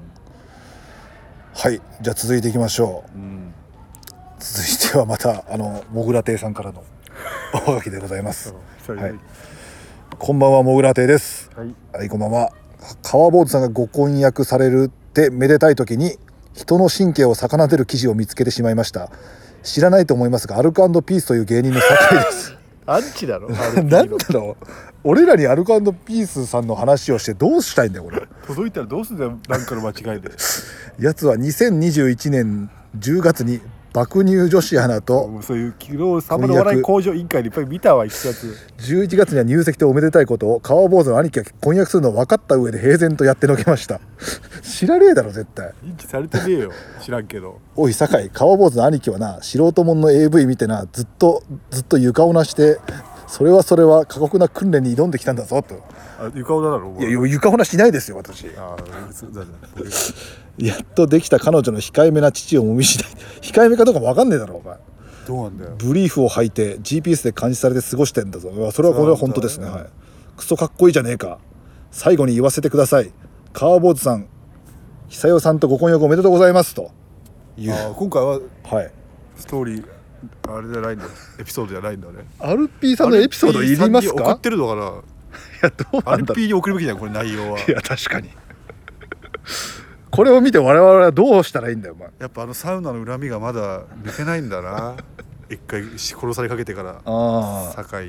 はい。じゃあ続いていきましょう、続いてはまたもぐら亭さんからのおはがきでございます。はい、こんばんは、もぐら亭です。はい、こんばんは。川坊主さんがご婚約されるってめでたい時に人の神経を逆てる記事を見つけてしまいました。知らないと思いますがアルコ&ピースという芸人の酒井ですアンチだろなんだろう、俺らにアルコ&ピースさんの話をしてどうしたいんだよこれ。 届いたらどうすんだよ、なんかの間違いでやつは2021年10月に爆乳女子アナともうそういう昨日さんまの笑い向上委員会でいっぱい見たわ一冊。 11月には入籍とおめでたいことを川坊主の兄貴が婚約するのを分かった上で平然とやってのけました知らねえだろ絶対。 認知されてねえよ知らんけど。 おい酒井、川坊主の兄貴はな素人もんの AV 見てなずっと床をなしてそれは過酷な訓練に挑んできたんだぞと。 あ床女だろお前。 いや床をなしないですよ私。 あそうだねやっとできた彼女の控えめな父をもみしない控えめかどうかも分かんねえだろお前。 どうなんだよ。 ブリーフを履いて GPS で監視されて過ごしてんだぞ。それは本当ですね。はい、クソかっこいいじゃねえか。最後に言わせてください。川坊主さん久代さんとご婚約おめでとうございますという。 今回ははいストーリーあれじゃないんだエピソードじゃないんだね。 アルピーさんのエピソードいりますか。 送ってるのかな。 いやどうなんだろう。 アルピーに送るべきだよこれ内容は。 いや確かにこれを見て我々はどうしたらいいんだよお前。 やっぱサウナの恨みがまだ抜けないんだな一回殺されかけてから堺に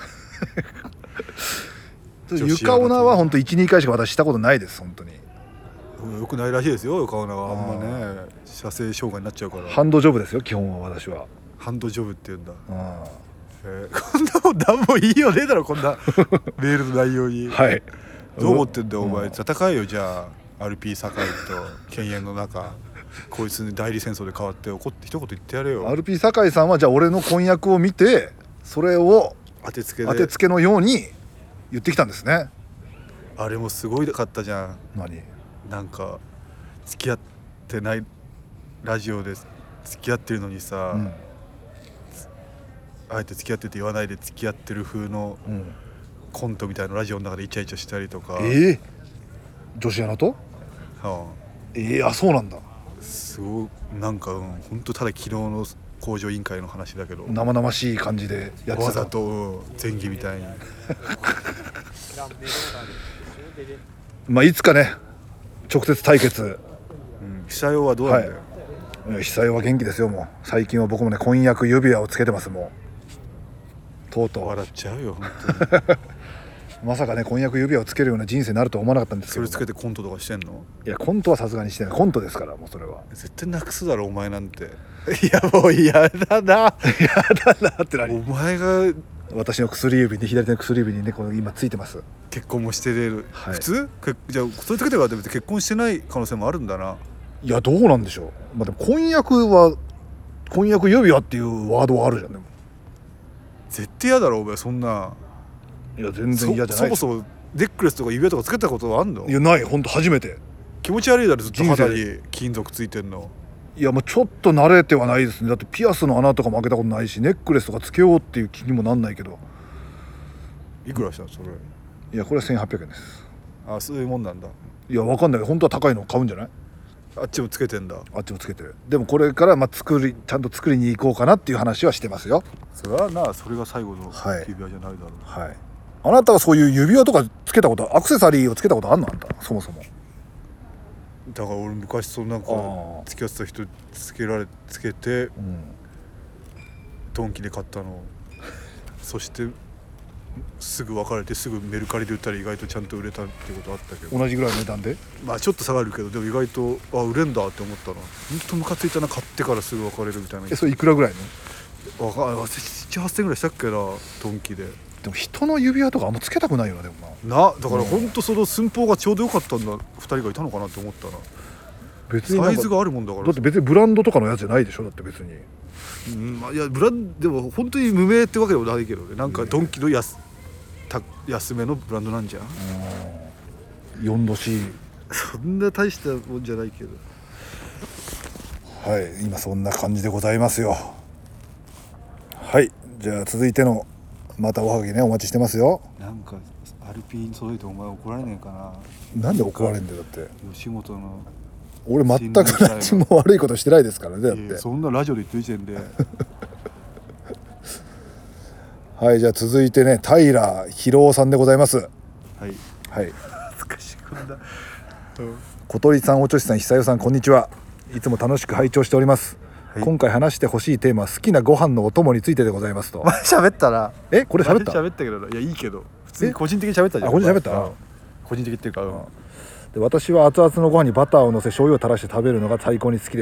床オナは本当 1,2 回しか私したことないです本当に。 よくないらしいですよ床オナはあんまね射精障害になっちゃうから。 ハンドジョブですよ基本は私は。 ハンドジョブって言うんだ。こんなもん何も言いようねえだろこんなメールの内容に。 はいどう思ってんだよお前。戦えよじゃあ RP 堺と犬猿の中こいつに代理戦争で変わって怒って一言言ってやれよ。 RP 酒井さんはじゃあ俺の婚約を見てそれを当てつけのように言ってきたんですね。 あれもすごいかったじゃん。 何なんか付き合ってないラジオで付き合ってるのにさ、あえて付き合ってって言わないで付き合ってる風のコントみたいなラジオの中でイチャイチャしたりとか。 女子アナとあそうなんだ。 すごいなんか本当ただ昨日の向上委員会の話だけど生々しい感じでやってた。 わざと前戯みたいにまあいつかね直接対決。 久代はどうなんだよ。 久代は元気ですよ。もう最近は僕もね婚約指輪をつけてます。もうとうとう笑っちゃうよ本当にまさかね婚約指輪をつけるような人生になるとは思わなかったんですけど。 それつけてコントとかしてんの。 いやコントはさすがにしてない。コントですからもうそれは絶対なくすだろお前なんて。いやもう嫌だなやだなって何。 お前が私の薬指に左手の薬指にねこの今ついてます。 結婚もしてる、 はい、 普通じゃあそれつけてから結婚してない可能性もあるんだな。 いやどうなんでしょう。まあでも婚約指輪っていうワードはあるじゃん。でも絶対嫌だろお前そんな。 いや全然嫌じゃない。 そもそもネックレスとか指輪とかつけたことあんの。 いやない本当初めて。 気持ち悪いだろずっと肌に金属ついてんの。 いやもうちょっと慣れてはないですね。だってピアスの穴とかも開けたことないしネックレスとかつけようっていう気にもなんないけど。 いくらしたそれ。 いやこれは1800円です。 あそういうもんなんだ。 いやわかんないけど本当は高いの買うんじゃない。 あっちもつけてんだ。 あっちもつけてる。でもこれからちゃんと作りに行こうかなっていう話はしてますよ。 それはなそれが最後の指輪じゃないだろう。 はい、あなたはそういう指輪とかつけたことアクセサリーをつけたことあんのあんたそもそも。 だから俺昔そのなんか付き合ってた人つけて、ドンキで買ったのそしてすぐ別れてすぐメルカリで売ったら意外とちゃんと売れたっていうことあったけど。 同じぐらいの値段でまあちょっと下がるけどでも意外と売れんだって思ったな。ほんとムカついたな買ってからすぐ別れるみたいな。 それいくらぐらいの。 7,000-8,000ぐらいしたっけなドンキで。 でも人の指輪とかあんまつけたくないよな。でもだからほんとその寸法がちょうどよかったんだ2人がいたのかなって思ったな。 別にサイズがあるもんだから。 だって別にブランドとかのやつじゃないでしょ。だって別にいやブランドでも本当に無名ってわけでもないけどね。なんかドンキの安めのブランドなんじゃん。 4度 C そんな大したもんじゃないけど。 はい今そんな感じでございますよ。はいじゃあ続いてのまたおはぎねお待ちしてますよ。 なんかアルピーに届いてお前怒られねえかな。 なんで怒られんだよ。だって吉本の俺全く何も悪いことしてないですからね。だってそんなラジオで言ってる時点ではいじゃあ続いてね平博夫さんでございます。 はいはい恥ずかしいこんな小鳥さんおちょしさん久代さんこんにちは。いつも楽しく拝聴しております、はい、今回話してほしいテーマは好きなご飯のお供についてでございますと。 前喋ったな。 これ喋ったけどいやいいけど普通に個人的に喋ったじゃん。 個人的に喋った個人的っていうか、 で私は熱々のご飯にバターをのせ醤油を垂らして食べるのが最高に好きです。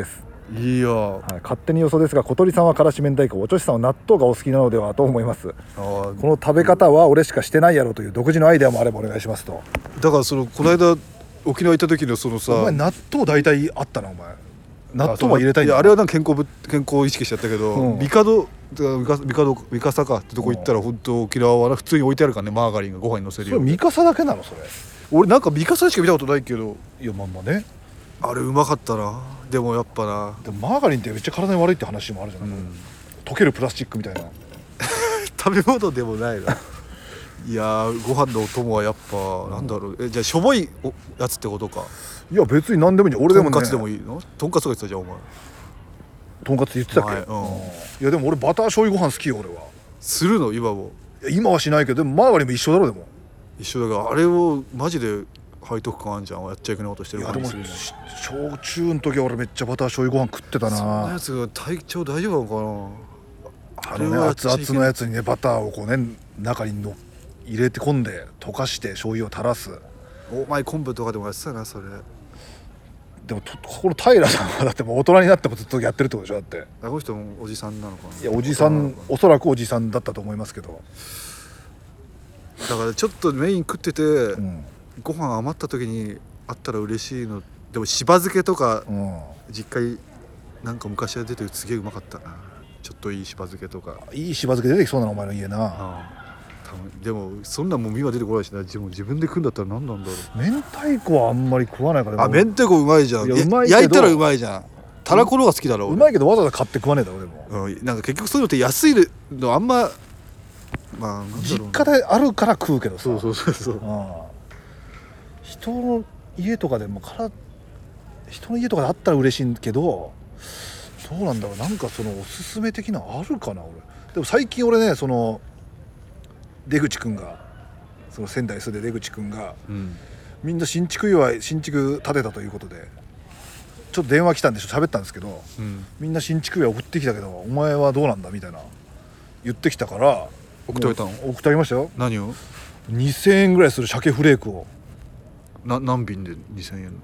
いいよ。 はい、勝手に予想ですが小鳥さんはからし明太子、おちょしさんは納豆がお好きなのではと思います。 あーこの食べ方は俺しかしてないやろという独自のアイデアもあればお願いしますと。 だからこの間沖縄行った時のそのさ、 お前納豆大体あったなお前。納豆は入れたいんだ。 いやあれはなんか健康を意識しちゃったけど、 うん三笠かってとこ行ったら本当沖縄は普通に置いてあるからね、マーガリンがご飯に乗せるよ。 それ三笠だけなのそれ。 俺なんか三笠しか見たことないけど、 いやまあまあね。 あれうまかったな。でもやっぱな、 でもマーガリンってめっちゃ体に悪いって話もあるじゃない、溶けるプラスチックみたいな。 食べ物でもないな。いやーご飯のお供はやっぱなんだろう、じゃあしょぼいやつってことか。 いや別に何でもいいじゃん。俺でもね。 とんかつでもいいの？とんかつが言ってたじゃんお前。 とんかつ言ってたっけ、 はいうんいやでも俺バター醤油ご飯好きよ俺は。 するの今もいや今はしないけどでもマーガリンも一緒だろでも。 一緒だから、あれをマジで背徳感あんじゃん、やっちゃいけないことしてるいやでも感じするじゃん。 小中の時は俺めっちゃバター醤油ご飯食ってたそんなな。 やつが体調大丈夫なのかな。 あのね熱々のやつにねバターをこうね中にの入れて込んで溶かして醤油を垂らす。 お前昆布とかでもやってたなそれ。 でもこの平さんはだってもう大人になってもずっとやってるってことでしょだって。 あの人もおじさんなのかな。 いやおじさんおそらくおじさんだったと思いますけど、 だからちょっとメイン食ってて、 うんご飯余った時にあったら嬉しいの。でもしば漬けとかうん、 実家なんか昔は出てすげえうまかったな。ちょっといいしば漬けとか。 いいしば漬け出てきそうなのお前の家な。 多分でもそんなんもう今出てこないしな。自分で食うんだったら何なんだろう。 明太子はあんまり食わないから。 あ、明太子うまいじゃん。 いやうまいけど焼いたらうまいじゃん。たらこの方が好きだろ。 うまいけどわざわざ買って食わねえだろでも。 なんか結局そういうのって安いのあんま、まあなんだろうな、 実家であるから食うけどさ。 そうそう、 うん人の家とかでも人の家とかであったら嬉しいけどどうなんだろう。なんかそのおすすめ的なのあるかな俺。でも最近俺ねその出口くんがその仙台住んで出口くんがみんな新築建てたということでちょっと電話来たんで喋ったんですけど、みんな新築祝い送ってきたけどお前はどうなんだみたいな言ってきたから送ってあげたの？ 送ってあげましたよ。 何を 2000円ぐらいする鮭フレークを何瓶で2000円の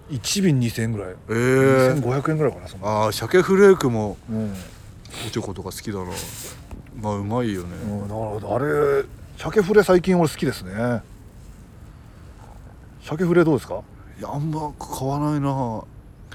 1瓶2000円ぐらい、2500円ぐらいかなその。 ああ鮭フレークもうんおちょことか好きだな。まあうまいよね、 なるほど。あれ鮭フレ最近俺好きですね。鮭フレどうですか？ いやあんま買わないな。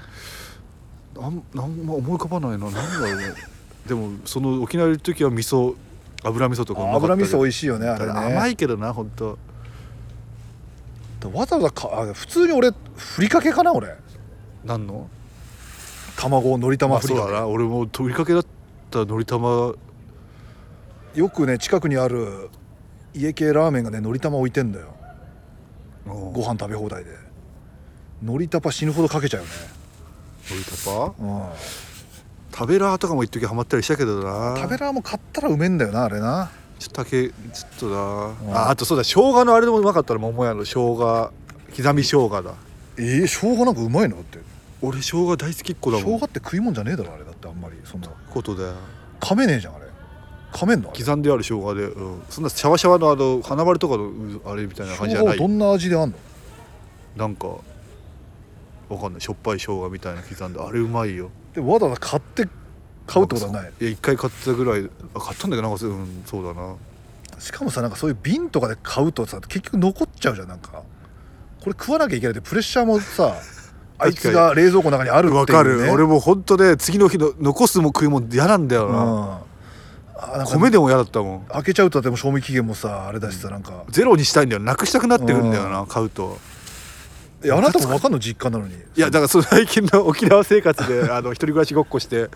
なんま思い浮かばないな。なんだろうね。でもその沖縄にいる時は油味噌とかうまかったけど。 油味噌美味しいよねあれね。 甘いけどな本当。 わざわざ普通に俺ふりかけかな俺。 何の？ 卵のり玉ふりかけ、 そうだな。俺もふりかけだったらのり玉。 よくね近くにある家系ラーメンがねのり玉置いてんだよ。ご飯食べ放題でのり玉死ぬほどかけちゃうよね。 のり玉？ うん食べラーとかも一時ハマったりしたけどな。 食べラーも買ったらうめえんだよなあれな。 ちょっとな、あとそうだ生姜のあれでもうまかったら桃屋の生姜刻み生姜だ。 生姜なんかうまいのって。 俺生姜大好きっ子だもん。 生姜って食い物じゃねえだろあれだってあんまりそんなことだよ。 噛めねえじゃんあれ。噛めんのあれ。 刻んである生姜で、そんなシャワシャワの花丸とかのあれみたいな感じじゃない。 生姜どんな味であんの？ なんかわかんないしょっぱい生姜みたいな刻んであれうまいよ。 でわざわざ買うってことはない。 いや一回買ったぐらい買ったんだけどなんかそうだな。 しかもさなんかそういう瓶とかで買うとさ結局残っちゃうじゃん。なんかこれ食わなきゃいけないってプレッシャーもさあいつが冷蔵庫の中にあるっていうね。 わかる。俺も本当ね次の日の残すも食いも嫌なんだよな。 なんか米でも嫌だったもん。 開けちゃうとでも賞味期限もさあれだしさなんかゼロにしたいんだよ。なくしたくなってくんだよな買うと。 あなたも分かんの実家なのに。 いやだからその最近の沖縄生活で一人暮らしごっこして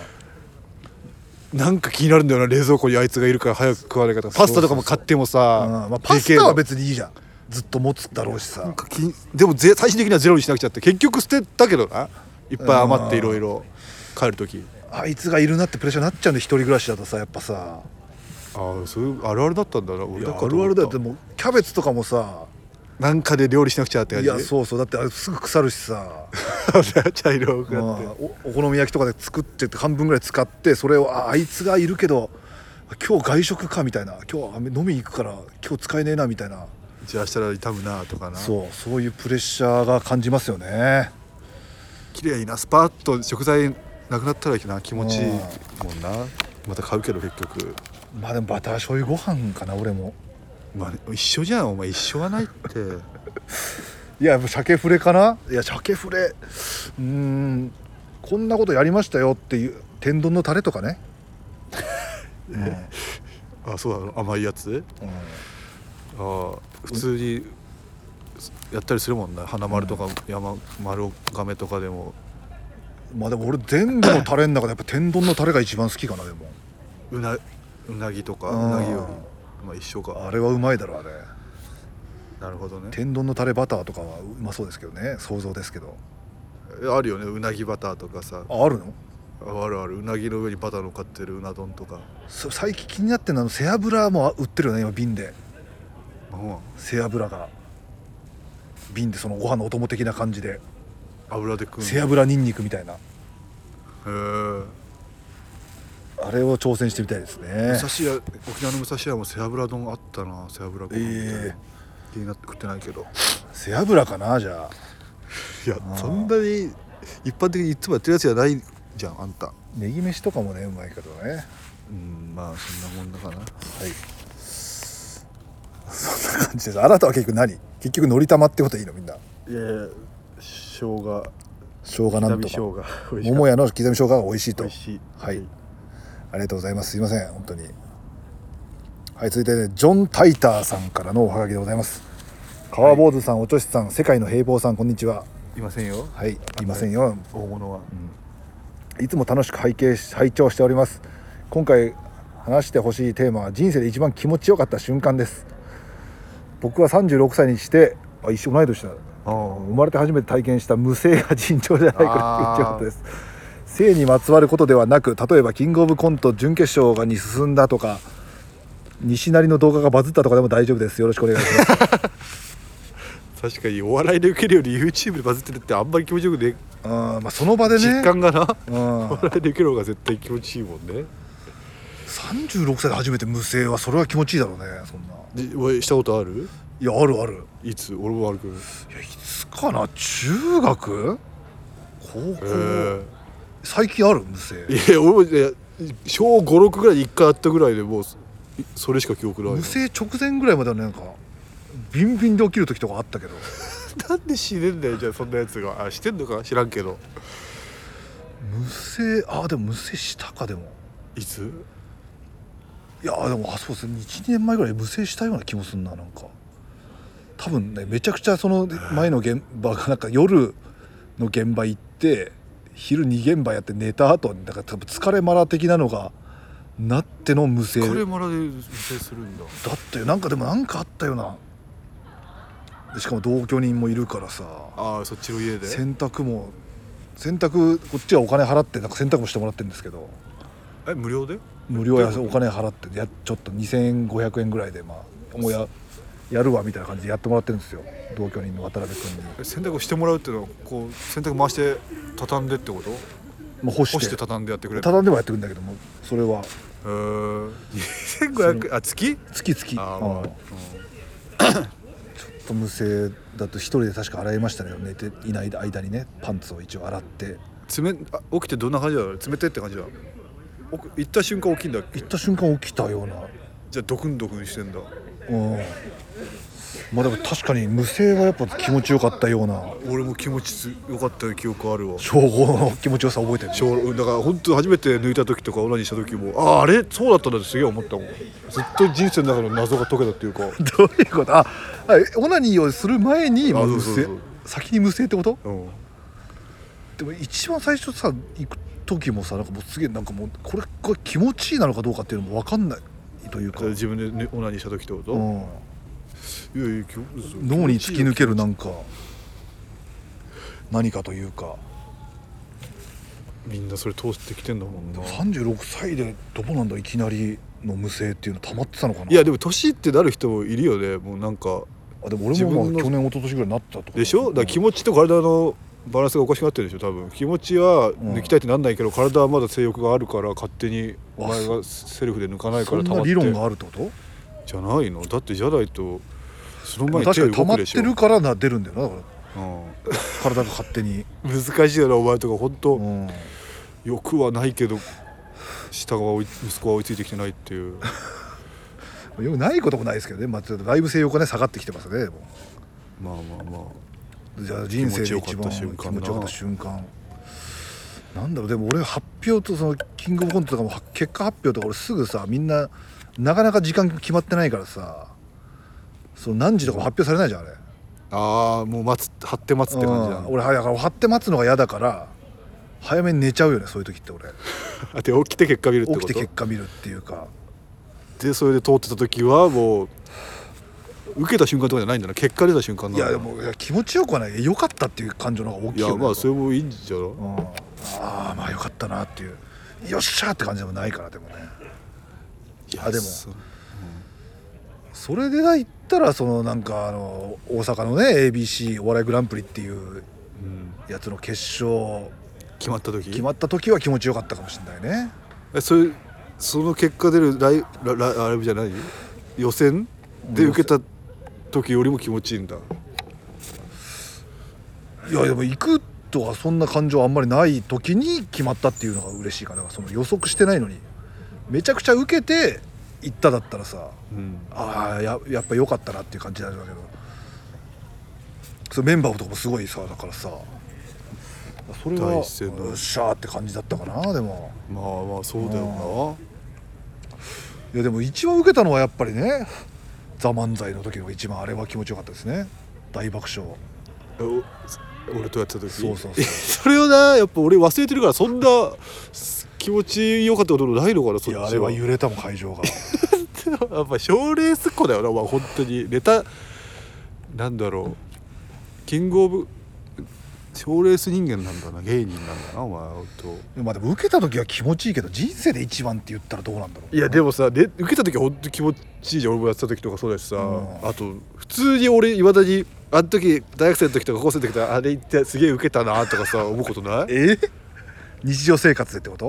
なんか気になるんだよな。冷蔵庫にあいつがいるから早く食わないかとかパスタとかも買ってもさ、 パスタは別にいいじゃん。ずっと持つだろうしさ。 なんかでも最終的にはゼロにしなくちゃって結局捨てたけどないっぱい余っていろいろ帰る時あいつがいるなってプレッシャーになっちゃうんで一人暮らしだとさやっぱさ。 そういうあるあるだったんだな。俺だあるあるだよ。でもキャベツとかもさなんかで料理しなくちゃって感じ。 いやそうだってあれすぐ腐るしさ茶色くなってお好み焼きとかで作ってって半分ぐらい使ってそれをあいつがいるけど今日外食かみたいな今日飲みに行くから今日使えねえなみたいな。 じゃあ明日痛むなとかな。 そういうプレッシャーが感じますよね。 綺麗なスパッと食材なくなったらな気持ちいいもんな。また買うけど結局まあでもバター醤油ご飯かな俺も。 まあ一緒じゃんお前。一緒はないっていや鮭フレかな。いや鮭フレこんなことやりましたよっていう天丼のタレとかね、 あそうなの甘いやつ。あ普通にやったりするもんな。花丸とか山丸亀とかでも。 まあでも俺全部のタレの中でやっぱ天丼のタレが一番好きかな。でもうなぎとかうんうなぎよりまあ一緒か。 あれはうまいだろあれ。 なるほどね。 天丼のタレバターとかはうまそうですけどね、想像ですけど。 あるよねうなぎバターとかさ。 あるの？ あるある。うなぎの上にバター乗っかってるうな丼とか。 最近気になってるのは背脂も売ってるよね今瓶で。 うん背脂が瓶でそのご飯のお供的な感じで油で食うの。 背脂ニンニクみたいな、 へえ。 あれを挑戦してみたいですね。 武蔵屋沖縄の武蔵屋も背脂丼あったな。背脂ご飯みたいな、気になって食ってないけど。 背脂かなじゃあ。 いやそんなに一般的にいつもやってるやつじゃないじゃんあんた。 ネギ飯とかもねうまいけどね。 まあそんなもんだかな。 はいそんな感じです。あなたは結局のり玉ってことでいいのみんな。 いやいや生姜生姜なんとか刻み生姜美味しかっ桃屋の刻み生姜が美味しいと。 た美味しい。 はいありがとうございます。すいません本当に。はい続いてねジョン・タイターさんからのおはがきでございます。川坊主さん、おちょしさん、世界の平坊さん、こんにちは。 いませんよはいいませんよ。 大物は。 いつも楽しく拝聴しております。今回話してほしいテーマは人生で一番気持ちよかった瞬間です。僕は36歳にして一緒同い年だ。生まれて初めて体験した無性が尋常じゃないくらい気持ちよかったです。性にまつわることではなく、例えばキングオブコント準決勝に進んだとか西成の動画がバズったとかでも大丈夫です。よろしくお願いします確かにお笑いで受けるより YouTube でバズってるってあんまり気持ちよくね。 まあその場でね実感がなうんお笑いで受ける方が絶対気持ちいいもんね。 36歳で初めて無性はそれは気持ちいいだろうね。そんなでお会いしたことある？ いやあるある。 いつ？俺もあるけど。 いやいつかな中学高校、最近ある無性。 いや俺もいや小5、6ぐらいに1回あったぐらいでもうそれしか記憶ない。 無性直前ぐらいまではなんかビンビンで起きる時とかあったけど。 なんで死ねんだよじゃあそんなやつが。あしてんのか知らんけど。 無性でも無性したか。でもいつ？ いやでもそうですね 1,2 年前ぐらい無性したような気もするな。なんか多分ねめちゃくちゃその前の現場がなんか夜の現場行って昼2現場やって寝た後にだから多分疲れマラ的なのがなっての無性これまらで無制するんだ。 だってなんかでもなんかあったよな。でしかも同居人もいるからさ。 ああそっちの家で。 洗濯こっちはお金払ってなんか洗濯もしてもらってるんですけど無料で？ 無料やお金払ってちょっと2500円ぐらいでもうやるわみたいな感じでやってもらってるんですよ同居人の渡辺君に。 洗濯をしてもらうっていうのはこう洗濯回して畳んでってこと？ もう干して畳んでやってくれる。 畳んでもやってくるんだけどもそれは 2500円月あ、 まあちょっと無性だと一人で確か洗いましたね。寝ていない間にねパンツを一応洗って起きてどんな感じだろう。冷てって感じだ。行った瞬間起きんだっけ？ 行った瞬間起きたような。 じゃあドクンドクンしてんだ。 まあでも確かに無性はやっぱ気持ちよかったような。 俺も気持ちよかった記憶あるわ。 小5の気持ちよさ覚えてる。 だから本当初めて抜いた時とかオナニーした時もあれそうだったんだってすげえ思ったもん。ずっと人生の中の謎が解けたっていうか。 どういうこと？オナニーをする前に無性そう先に無性ってこと？ うんでも一番最初さ行く時もさなんかもうすげえなんかもうこれが気持ちいいなのかどうかっていうのも分かんないというか。 自分で、ね、オナニーした時ってこと？いやいや脳に突き抜けるなんか何かというか。 みんなそれ通ってきてんだもんな。 36歳でどうなんだいきなりの無性っていうの溜まってたのかな。 いやでも年ってなる人もいるよね。もうなんかでも俺もまあ去年一昨年ぐらいになったとかでしょ。だから気持ちと体のバランスがおかしくなってるでしょ多分。気持ちは抜きたいってなんないけど、体はまだ性欲があるから勝手にお前がセルフで抜かないから溜まって。 そんな理論があるってことじゃないの？だってじゃないとその前に確かに溜まっ手動くでしょ。 てるから出るんだよな。だから体が勝手に、 難しいよなお前とか本当、 うん、 欲はないけど下が息子は追いついてきてないっていうよくないこともないですけどね、まあ、ちょっとだいぶ性欲がね下がってきてますね。でもまあまあまあじゃあ人生で一番気持ちよかった瞬間なんだろう。でも俺発表とそのキングオブコントとかも結果発表とか俺すぐさみんななかなか時間決まってないからさその何時とかも発表されないじゃんあれ。 ああもう張って待つって感じだ、 うん、俺だから張って待つのが嫌だから早めに寝ちゃうよねそういう時って俺。 で起きて結果見るってこと起きて結果見るっていうかでそれで通ってた時はもう受けた瞬間とかじゃないんだな結果出た瞬間なんだ。 いやでもいや気持ちよくはない良かったっていう感情の方が大きいよね。 いやまあそれもいいんじゃろ、 うん、ああまあ良かったなっていうよっしゃーって感じでもないからでもね。 いやでもそれで言ったらそのなんか大阪のね ABC お笑いグランプリっていうやつの決勝決まった時は気持ちよかったかもしれないね。 その結果出るライブじゃない予選で受けた時よりも気持ちいいんだ。 いやでも行くとかそんな感情あんまりない時に決まったっていうのが嬉しいから、その予測してないのにめちゃくちゃ受けて行っただったらさ、ああ やっぱ良かったなっていう感じなんだけど、そのメンバーとかもすごいさだからさそれはよっしゃーって感じだったかな。でもまあまあそうだよな。 いやでも一番受けたのはやっぱりね「ザ漫才の時の一番あれは気持ちよかったですね。大爆笑。 俺とやってた時そうそれをなやっぱ俺忘れてるからそんな気持ちよかったことないのかな。そっちはあれは揺れたもん会場がやっぱ賞レースっ子だよな、まあ、本当にネタなんだろうキングオブ賞レース人間なんだな芸人なんだなお前本当。 まあでも受けた時は気持ちいいけど人生で一番って言ったらどうなんだろう。 いやでもさ受けた時は本当気持ちいいじゃん。俺もやってた時とかそうだしさ、あと普通に俺いまだにあの時大学生の時とか高校生の時とかあれ言ってすげえ受けたなとかさ思うことない？ 日常生活でってこと？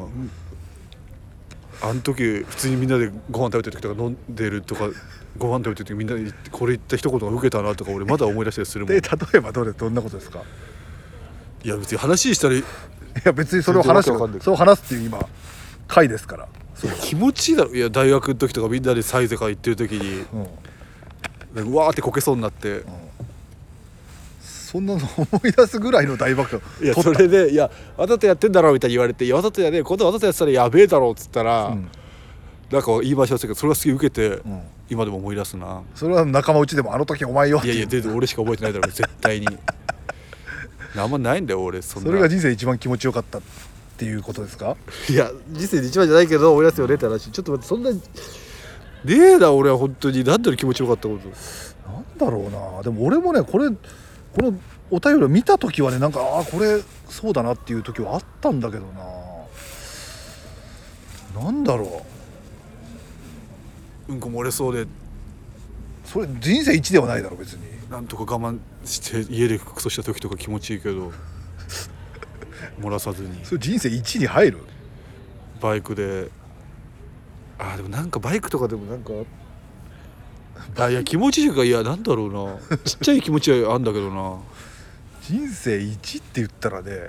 あの時普通にみんなでご飯食べてる時とか飲んでるとかご飯食べてる時みんなでこれ言った一言が受けたなとか俺まだ思い出したりするもん。 例えばどんなことですか？ いや別に話したらいや別にそれを話すっていう今回ですから。 気持ちいいだろ。いや大学の時とかみんなでサイゼから行ってる時に、うわーってこけそうになって、 そんなの思い出すぐらいの大爆笑。 いやそれでいやわざとやってんだろみたいに言われて、いやわざとやね今度わざとやってたらやべえだろっつったら、なんか言い回しましたけどそれがすげえ受けて、今でも思い出すな。 それは仲間内でもあの時お前よって。 いや全然俺しか覚えてないだろ絶対にあんまないんだよ俺そんな。 それが人生一番気持ちよかったっていうことですか？ いや人生で一番じゃないけど思い出すよねって話。ちょっと待ってそんなねえな俺は本当に。なんだろ気持ちよかったことなんだろうな。でも俺もねこのお便りを見た時はねなんかこれそうだなっていう時はあったんだけどな。なんだろうんこ漏れそうでそれ人生一ではないだろ別に。 なんとか我慢して家でクソした時とか気持ちいいけど漏らさずに。 それ人生一に入る？ バイクででもなんかバイクとかでもなんかいや気持ちいいかいやなんだろうなちっちゃい気持ちはあんだけどな。 人生一って言ったらね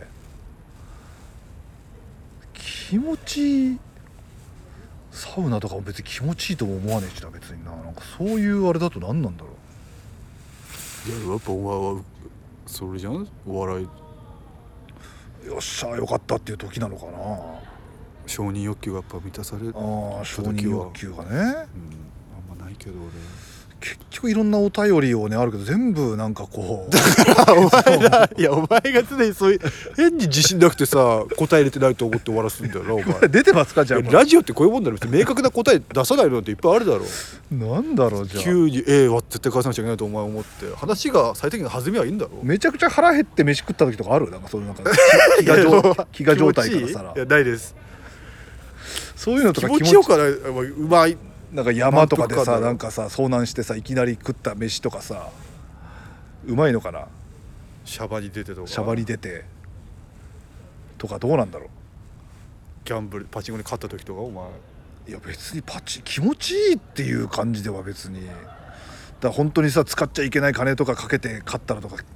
気持ちいい。サウナとかも別に気持ちいいとも思わねえしな別にな。なんかそういうあれだと何なんだろう。 いややっぱお前はそれじゃんお笑いよっしゃよかったっていう時なのかな。 承認欲求がやっぱ満たされた時は承認欲求がね、 あんまないけど俺結局いろんなお便りをねあるけど全部なんかこうお前が常にそういう変に自信なくてさ答えれてないと思って終わらすんだよなお前出てますかじゃあラジオってこういうもんだろ。明確な答え出さないのっていっぱいあるだろ。 なんだろうじゃあ急に A は絶対返さなきゃいけないとお前思って話が最低限弾みはいいんだろ。 めちゃくちゃ腹減って飯食った時とかある？なんかそういうなんか飢餓状態からしたら。 いやないです。 そういうのとか気持ちよくはないうまい。 なんか山とかでさなんかさ遭難してさいきなり食った飯とかさうまいのかな。 シャバに出てとかシャバに出てとかどうなんだろう。 ギャンブルパチンコに勝った時とかお前いや別に気持ちいいっていう感じでは別にだから本当にさ使っちゃいけない金とかかけて勝ったらとか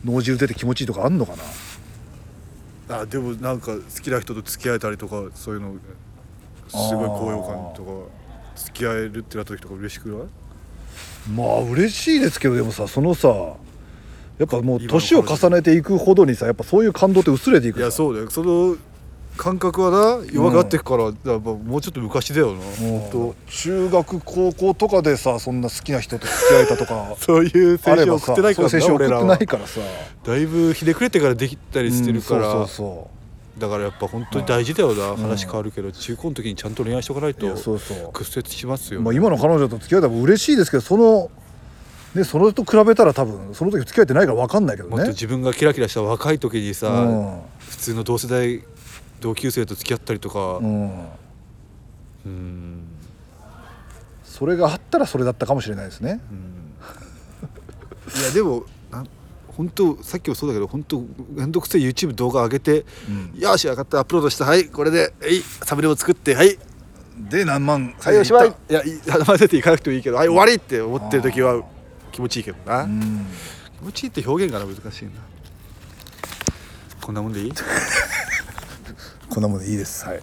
脳汁出て気持ちいいとかあんのかな。 あでもなんか好きな人と付き合えたりとかそういうのすごい高揚感とか付き合えるってなった時とか嬉しくない？ まあ嬉しいですけど、でもさそのさやっぱもう年を重ねていくほどにさやっぱそういう感動って薄れていくさ。 いやそうだよ、その感覚はな弱くなっていくから、だからもうちょっと昔だよな、本当中学高校とかでさそんな好きな人と付き合えたとかそういう青春あればさ送ってないからそういう青春送って俺らはないからさ、 だいぶひねくれてからできたりしてるから、 そうそだからやっぱ本当に大事だよな、話変わるけど中高の時にちゃんと恋愛しとかないといやそうそう屈折しますよ、 まあ、今の彼女と付き合えたら嬉しいですけど、そのと比べたら多分その時付き合えてないから分かんないけどね。 もっと自分がキラキラした若い時にさ、普通の同世代同級生と付き合ったりとか、 それがあったらそれだったかもしれないですね。 いやでも本当さっきもそうだけど本当めんどくせえ YouTube 動画上げて、よし分かったアップロードしたはいこれでサムネを作ってはいで何万はいおしまい、いや混ぜていかなくてもいいけどはい終わりって思ってる時は気持ちいいけどな、気持ちいいって表現が難しいな。こんなもんでいいこんなもんでいいです。はい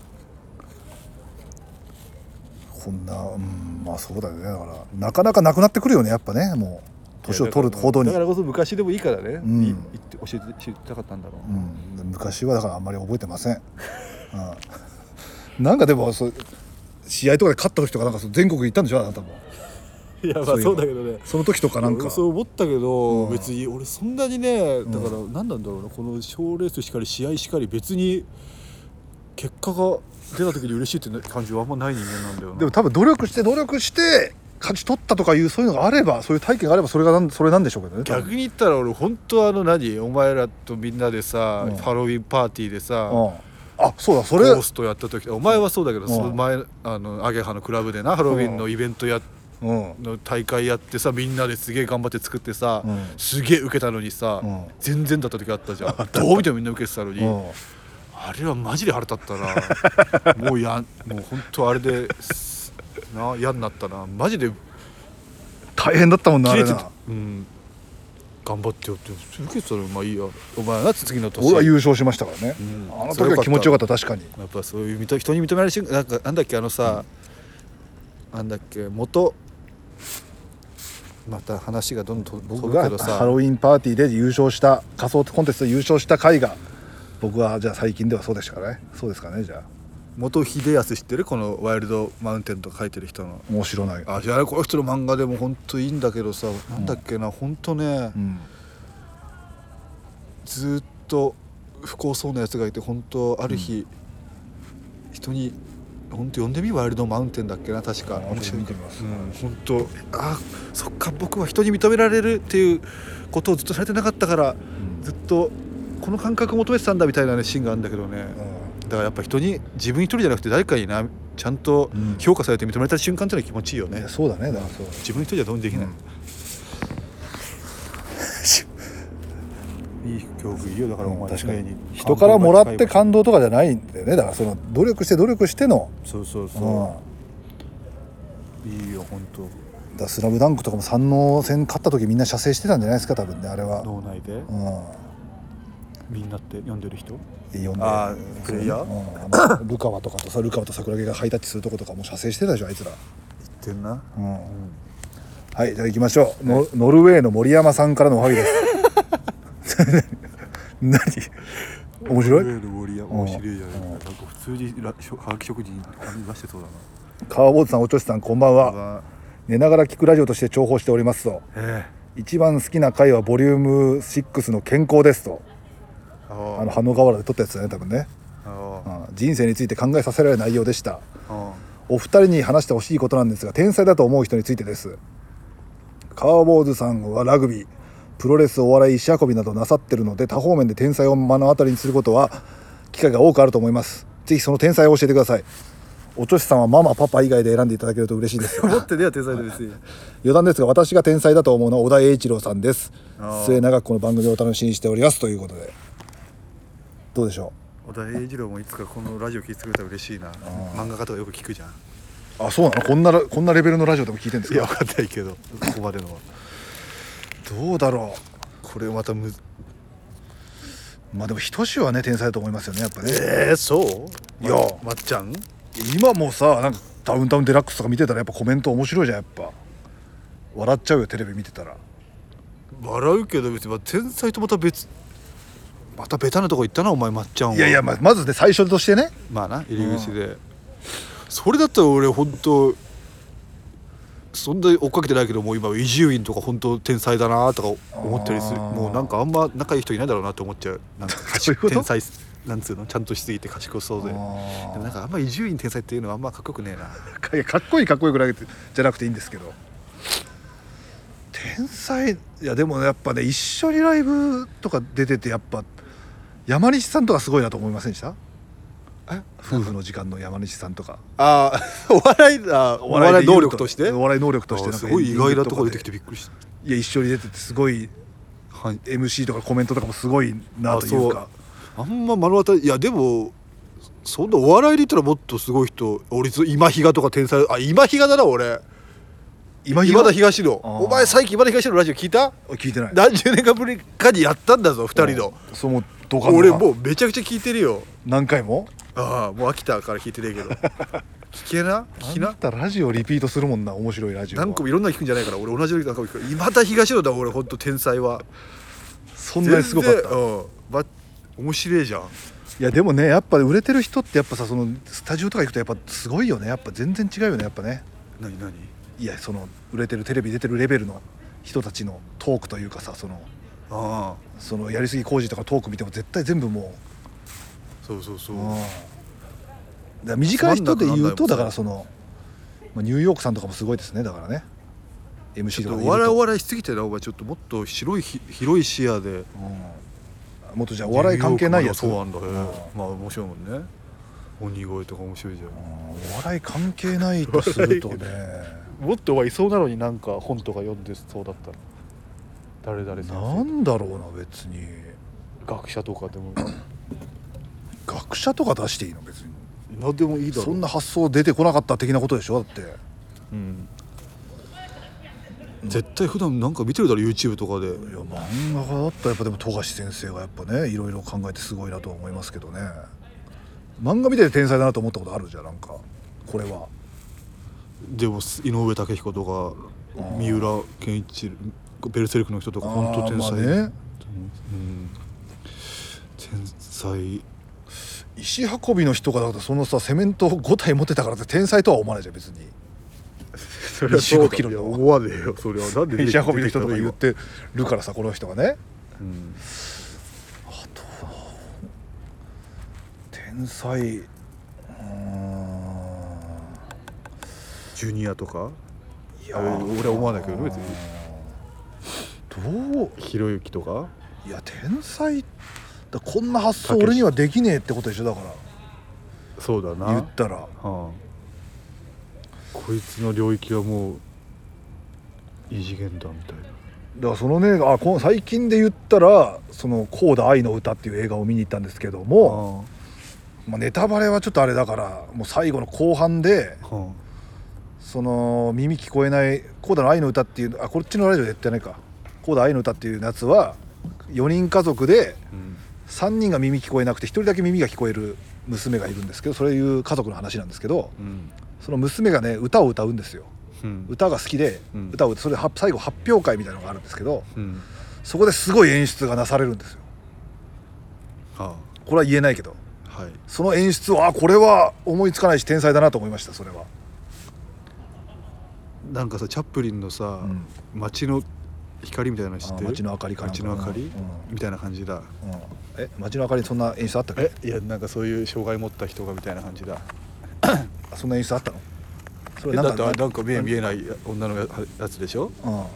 こんな、まあそうだよね。だからなかなかなくなってくるよねやっぱね、もう年を取るほどに。 だからこそ昔でもいいからね、言って教えて知りたかったんだろう、 昔はだからあんまり覚えてません、なんかでもそう試合とかで勝った時とかなんか全国行ったんでしょあなたも。 いやまあそうだけどね、 その時とかなんかそう思ったけど、別に俺そんなにね、だから何なんだろうな、この賞レースしかり試合しかり別に結果が出た時に嬉しいって感じはあんまない人間なんだよな。 でも多分努力して勝ち取ったとかいうそういうのがあれば、そういう体験があればそれなんでしょうけどね。 逆に言ったら俺本当お前らとみんなでさ、ハロウィンパーティーでさ、 あそうだそれゴーストやった時、お前はそうだけど、その前アゲハのクラブでなハロウィンのイベントの大会やってさ、みんなですげえ頑張って作ってさ、すげえ受けたのにさ、全然だった時あったじゃんどう見てもみんな受けてたのに、あれはマジで腹立ったなもう本当あれで嫌になったな、マジで大変だったもんなあれな。 頑張ってよって受けてたらまあいいや、お前な次の年俺は優勝しましたからね、あの時は気持ちよかった。確かにやっぱそういう人に認められる瞬間なんだっけなんだっけまた話がどんどん僕がハロウィンパーティーで優勝した仮装コンテストで優勝した回が僕はじゃあ最近ではそうでしたからね。そうですかね。じゃあ元秀康知ってる？このワイルドマウンテンとか書いてる人の。 面白ない。 あじゃあこの人の漫画でも本当いいんだけどさ、なんだっけな本当ね、ずっと不幸そうなやつがいて、本当ある日、人に本当呼んでみワイルドマウンテンだっけな確か。面白い。見てみます。本当そっか僕は人に認められるっていうことをずっとされてなかったから、ずっとこの感覚を求めてたんだみたいな、シーンがあるんだけどね、だからやっぱ人に自分一人じゃなくて誰かになちゃんと評価されて認められた瞬間っていうのは気持ちいいよね。 そうだね。だからそう自分一人じゃどうにできない、いい教育いいよ。だからお前確かに人からもらって感動とかじゃないんだよね。だからその努力してのそういいよ本当。 だスラムダンクとかも三能戦勝った時みんな射精してたんじゃないですか多分ねあれは。 脳内で、みんなって読んでる人読んでプレイヤー、 ルカワと桜木がハイタッチするとことかも射精してたでしょあいつら。 言ってんな、 はいじゃあ行きましょう。ノルウェーの森山さんからのおはぎです何面白い？ ノルウェーの森山面白いじゃない、なんか普通にはがき職人出してそうだな。 川坊主さんおちょしさんこんばんは。寝ながら聞くラジオとして重宝しておりますと、一番好きな回はボリューム6の健康ですと。羽野河原で撮ったやつだね多分ね。人生について考えさせられる内容でした。お二人に話してほしいことなんですが、天才だと思う人についてです。川坊主さんはラグビー、プロレス、お笑い、石運びなどなさってるので、多方面で天才を目の当たりにすることは機会が多くあると思います。ぜひその天才を教えてください。おちょしさんはママパパ以外で選んでいただけると嬉しいです思ってねえ天才で別に余談ですが、私が天才だと思うのは小田栄一郎さんです。末永くこの番組をお楽しみにしておりますということで、どうでしょう。小田栄一郎もいつかこのラジオ聞いてくれたら嬉しいな。漫画家とかよく聞くじゃん。 あ、そうなの？こんなレベルのラジオでも聞いてるんですか？ いや分かんないけどここまでのはどうだろう。 これまたまあでも仁志はね天才だと思いますよねやっぱね。 そういやまっちゃん今もさなんかダウンタウンデラックスとか見てたらやっぱコメント面白いじゃんやっぱ。笑っちゃうよテレビ見てたら。 笑うけど別に天才とまたベタなとこ行ったなお前まっちゃんは。 いやいやまずね最初としてね。 まあな入り口で、それだったら俺本当そんなに追っかけてないけどもう今伊集院とか本当天才だなとか思ったりする。もうなんかあんま仲いい人いないだろうなって思っちゃう。なんかそういうこと天才なんつうのちゃんとしすぎて賢そうで。でもなんかあんま伊集院天才っていうのはあんまかっこよくねえな。 いやかっこいいかっこよくなくじゃなくていいんですけど、天才いやでもやっぱね一緒にライブとか出ててやっぱ山西さんとかすごいなと思いませんでした？夫婦の時間の山西さんとかあお笑い能力としてお笑い能力としてなんかすごい意外なところ出てきてびっくりした。 いや一緒に出ててすごいはい、 MC とかコメントとかもすごいなというか。 あんま目の当たりいやでもそんなお笑いで言ったらもっとすごい人俺今比嘉とか天才今比嘉だな俺今田東野お前最近今田東野のラジオ聞いた？ 聞いてない。 何十年かぶりかにやったんだぞ2人の。 そうもどうかな。 俺もうめちゃくちゃ聞いてるよ。 何回も。 ああもう飽きたから聞いてねえけど聞きなあんたラジオリピートするもんな面白いラジオは。 何個もいろんなの聞くんじゃないから俺同じように何個も聞くから今田東野だ俺ほんと天才はそんなにすごかった。 面白いじゃん。 いやでもねやっぱ売れてる人ってやっぱさそのスタジオとか行くとやっぱすごいよね。やっぱ全然違うよねやっぱね。 何いやその売れてるテレビ出てるレベルの人たちのトークというかさそのやりすぎ工事とかトーク見ても絶対全部もそうう、だから短い人で言うとだからその、ニューヨークさんとかもすごいですねだからね MC とかお笑いしすぎてなお前ちょっともっと広い視野で、 もっとじゃあお笑い関係ないやつ。 そうなんだまあ面白いもんね。鬼越とか面白いじゃん。 お笑い関係ないとするとねもっとはいそうなのになんか本とか読んでそうだったら誰々先生なんだろうな別に学者とかでも学者とか出していいの別に。 何でもいいだろう。 そんな発想出てこなかった的なことでしょだって。 絶対普段なんか見てるだろ YouTube とかで。 いや漫画家だったらやっぱでも富樫先生がやっぱねいろいろ考えてすごいなと思いますけどね。漫画見てて天才だなと思ったことあるじゃんなんかこれは。 でも井上武彦とか三浦健一ベルセルクの人とか本当天才、 ね、 天才。 石運びの人がだからそのさセメント5体持ってたからって天才とは思わないじゃん別に。 それはそうだ 25キロの思わねえよそれは。なんで石運びの人とか言ってるからさこの人がね。あと天才ジュニアとかいや俺は思わないけど別に。 どうひろゆきとかいや天才だこんな発想俺にはできねえってことでしょだからそうだな言ったら、 こいつの領域はもう異次元だみたいな。 だからそのね最近で言ったらそのコーダ愛の歌っていう映画を見に行ったんですけども、ネタバレはちょっとあれだからもう最後の後半で、その耳聞こえないコーダの愛の歌っていうこっちのラジオで言ってないかコーダ愛の歌っていうやつは4人家族で3人が耳聞こえなくて1人だけ耳が聞こえる娘がいるんですけどそういう家族の話なんですけど、その娘がね歌を歌うんですよ。歌が好きで歌を歌ってそれで最後発表会みたいなのがあるんですけど、そこですごい演出がなされるんですよ。これは言えないけど、その演出をこれは思いつかないし天才だなと思いました。それはなんかさチャップリンのさ、街の光みたいなの知ってる？ 街の明かりかな。 街の明かり、みたいな感じだ。 街の明かりにそんな演出あったっけ？ いやなんかそういう障害持った人がみたいな感じだ。 そんな演出あったの？それだってなんか目見えない女のやつでしょ？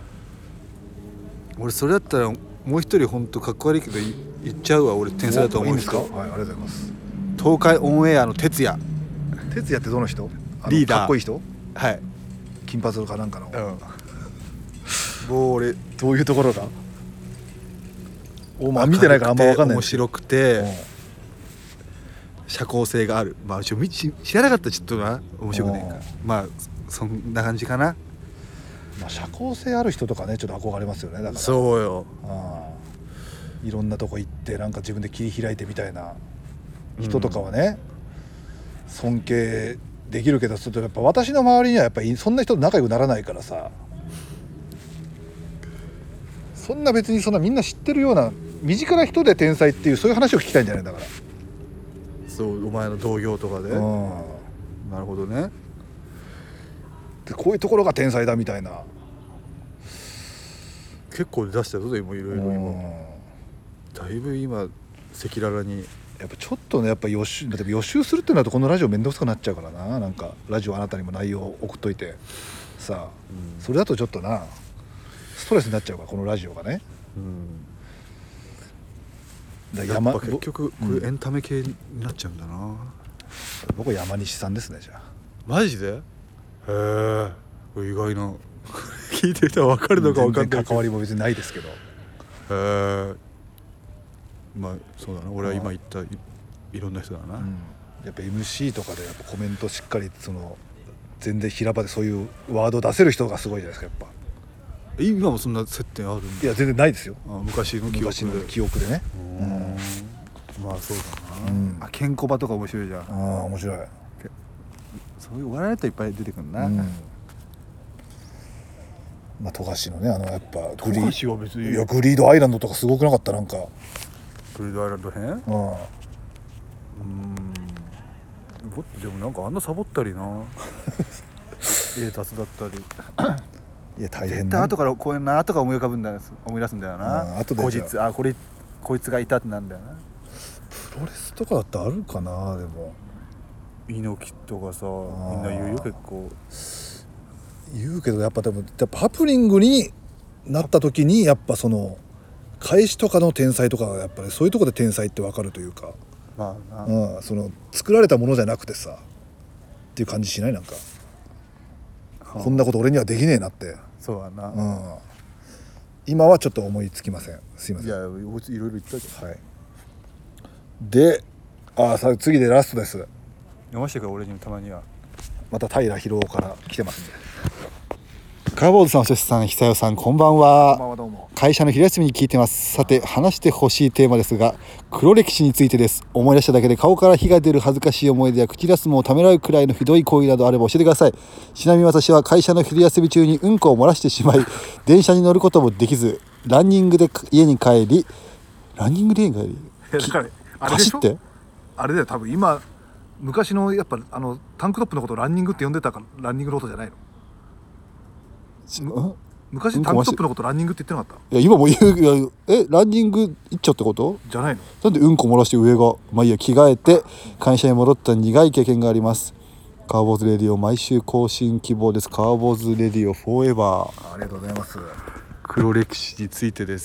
俺それだったらもう一人本当かっこ悪いけど言っちゃうわ俺天才だと思うんですか？ はい、ありがとうございます。 東海オンエアの哲也。 哲也ってどの人？ リーダー。 かっこいい人？ はい。 金髪かなんかの。 もう俺どういうところが？見てないからあんま分かんない。 面白くて社交性がある。知らなかったらちょっとな面白くねえか。そんな感じかな。 社交性ある人とかねちょっと憧れますよねだから。 そうよ。 いろんなとこ行ってなんか自分で切り開いてみたいな人とかはね、尊敬できるけど、ちょっとやっぱ私の周りにはやっぱりそんな人と仲良くならないからさ、そんな別にそんなみんな知ってるような身近な人で天才っていうそういう話を聞きたいんじゃないんだから。 そうお前の同業とかで、なるほどね。 でこういうところが天才だみたいな。 結構出したぞでもいろいろ今だいぶ今赤裸々に。 やっぱちょっとね、やっぱ予習するってなるとこのラジオめんどくさくなっちゃうからな。なんかラジオあなたにも内容送っといてさ、それだとちょっとなストレスになっちゃうからこのラジオがね。 やっぱ結局これエンタメ系になっちゃうんだな。 僕は山西さんですね。じゃあマジで？へえ、意外な聞いてる人は分かるのか分かんないけど、 全然関わりも別にないですけど、 まあそうだな、俺は今言ったいろんな人だな、 やっぱ MC とかでやっぱコメントしっかりその全然平場でそういうワードを出せる人がすごいじゃないですか。やっぱ今もそんな接点あるんだ。 いや全然ないですよ。 昔の記憶でね。 まあそうだな、ケンコバとか面白いじゃん。 面白い。 そういう笑いといっぱい出てくるな。 まあ富樫のねやっぱ富樫は別にいやグリードアイランドとかすごくなかった？なんかグリードアイランド編？でもなんかあんなサボったりな家雑だったりいや大変だ。後からこういうなとか思い出すんだよな。 後で後日こいつがいたってなんだよな。 プロレスとかだってあるかな。でも猪木とかさみんな言うよ結構言うけど、やっぱハプニングになった時にやっぱその返しとかの天才とかはやっぱりそういうところで天才って分かるというか、 まあな、 その作られたものじゃなくてさっていう感じしない？なんか、こんなこと俺にはできねえなって。 そうだな、 今はちょっと思いつきません。すいません。 いやいろいろ言ったけど、 はい。で次でラストです。 読ましてから俺にもたまには。 また平博夫から来てますんで。 カーボーズさん、おしさん、久代さん、こんばんは。 こんばんは。どうも。 会社の昼休みに聞いてます。さて話してほしいテーマですが、黒歴史についてです。思い出しただけで顔から火が出る恥ずかしい思い出や口出すもをためらうくらいのひどい行為などあれば教えてください。ちなみに私は会社の昼休み中にうんこを漏らしてしまい電車に乗ることもできず、ランニングで家に帰り走ってあれだよ、多分今昔のやっぱタンクトップのことをランニングって呼んでたからランニングのことじゃないの？昔タンクトップのことランニングって言ってなかった？ いや今も言う。ランニング行っちゃってこと？ じゃないの？ なんでうんこ漏らして上がまあいいや、着替えて会社に戻った苦い経験があります。カーボーズレディオ毎週更新希望です。カーボーズレディオフォーエバー。 ありがとうございます。 黒歴史についてです。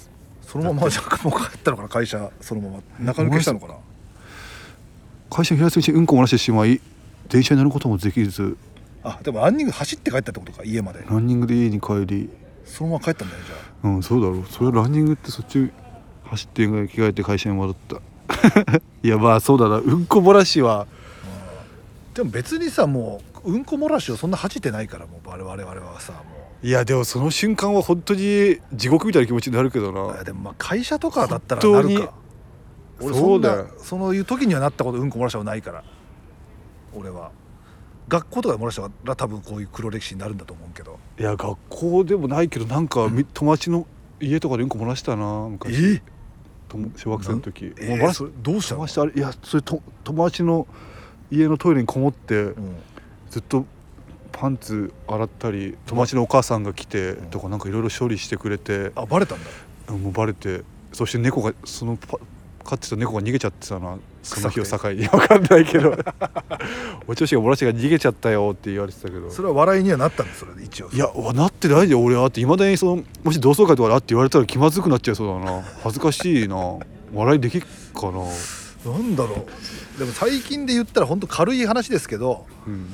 そのままじゃもう帰ったのかな、会社そのまま中抜けしたのかな。 会社の昼休み中にうんこ漏らしてしまい電車に乗ることもできず、 でもランニング走って帰ったってことか、家まで。 ランニングで家に帰り、 そのまま帰ったんだよじゃあ。 そうだろう。それはランニングってそっち走って着替えて会社に戻ったいやまあそうだな、うんこ漏らしは、 でも別にさ、もううんこ漏らしをそんな走ってないから、もう我々はさ、もいやでもその瞬間は本当に地獄みたいな気持ちになるけどな。 でもまあ会社とかだったらなるか。俺そうだよ。 そういう時にはなったことうんこ漏らしたことないから。俺は学校とかで漏らしたら多分こういう黒歴史になるんだと思うけど。 いや学校でもないけど、なんか友達の家とかでうんこ漏らしたな昔。小学生の時、漏らしどうしたの？ いやそれ友達の家のトイレにこもって、ずっとパンツ洗ったり、友達のお母さんが来てとかなんかいろいろ処理してくれて、 バレたんだ。 もうバレて、そして猫が飼ってた猫が逃げちゃってたな、その日を境に。分かんないけどお調子が漏らしてが逃げちゃったよって言われてたけど、 それは笑いにはなったんです。それで一応。 いやなってないで、俺はっていまだにもし同窓会とかであって言われたら気まずくなっちゃいそうだな。恥ずかしいな。笑いできっかな。 なんだろう。でも最近で言ったら本当軽い話ですけど、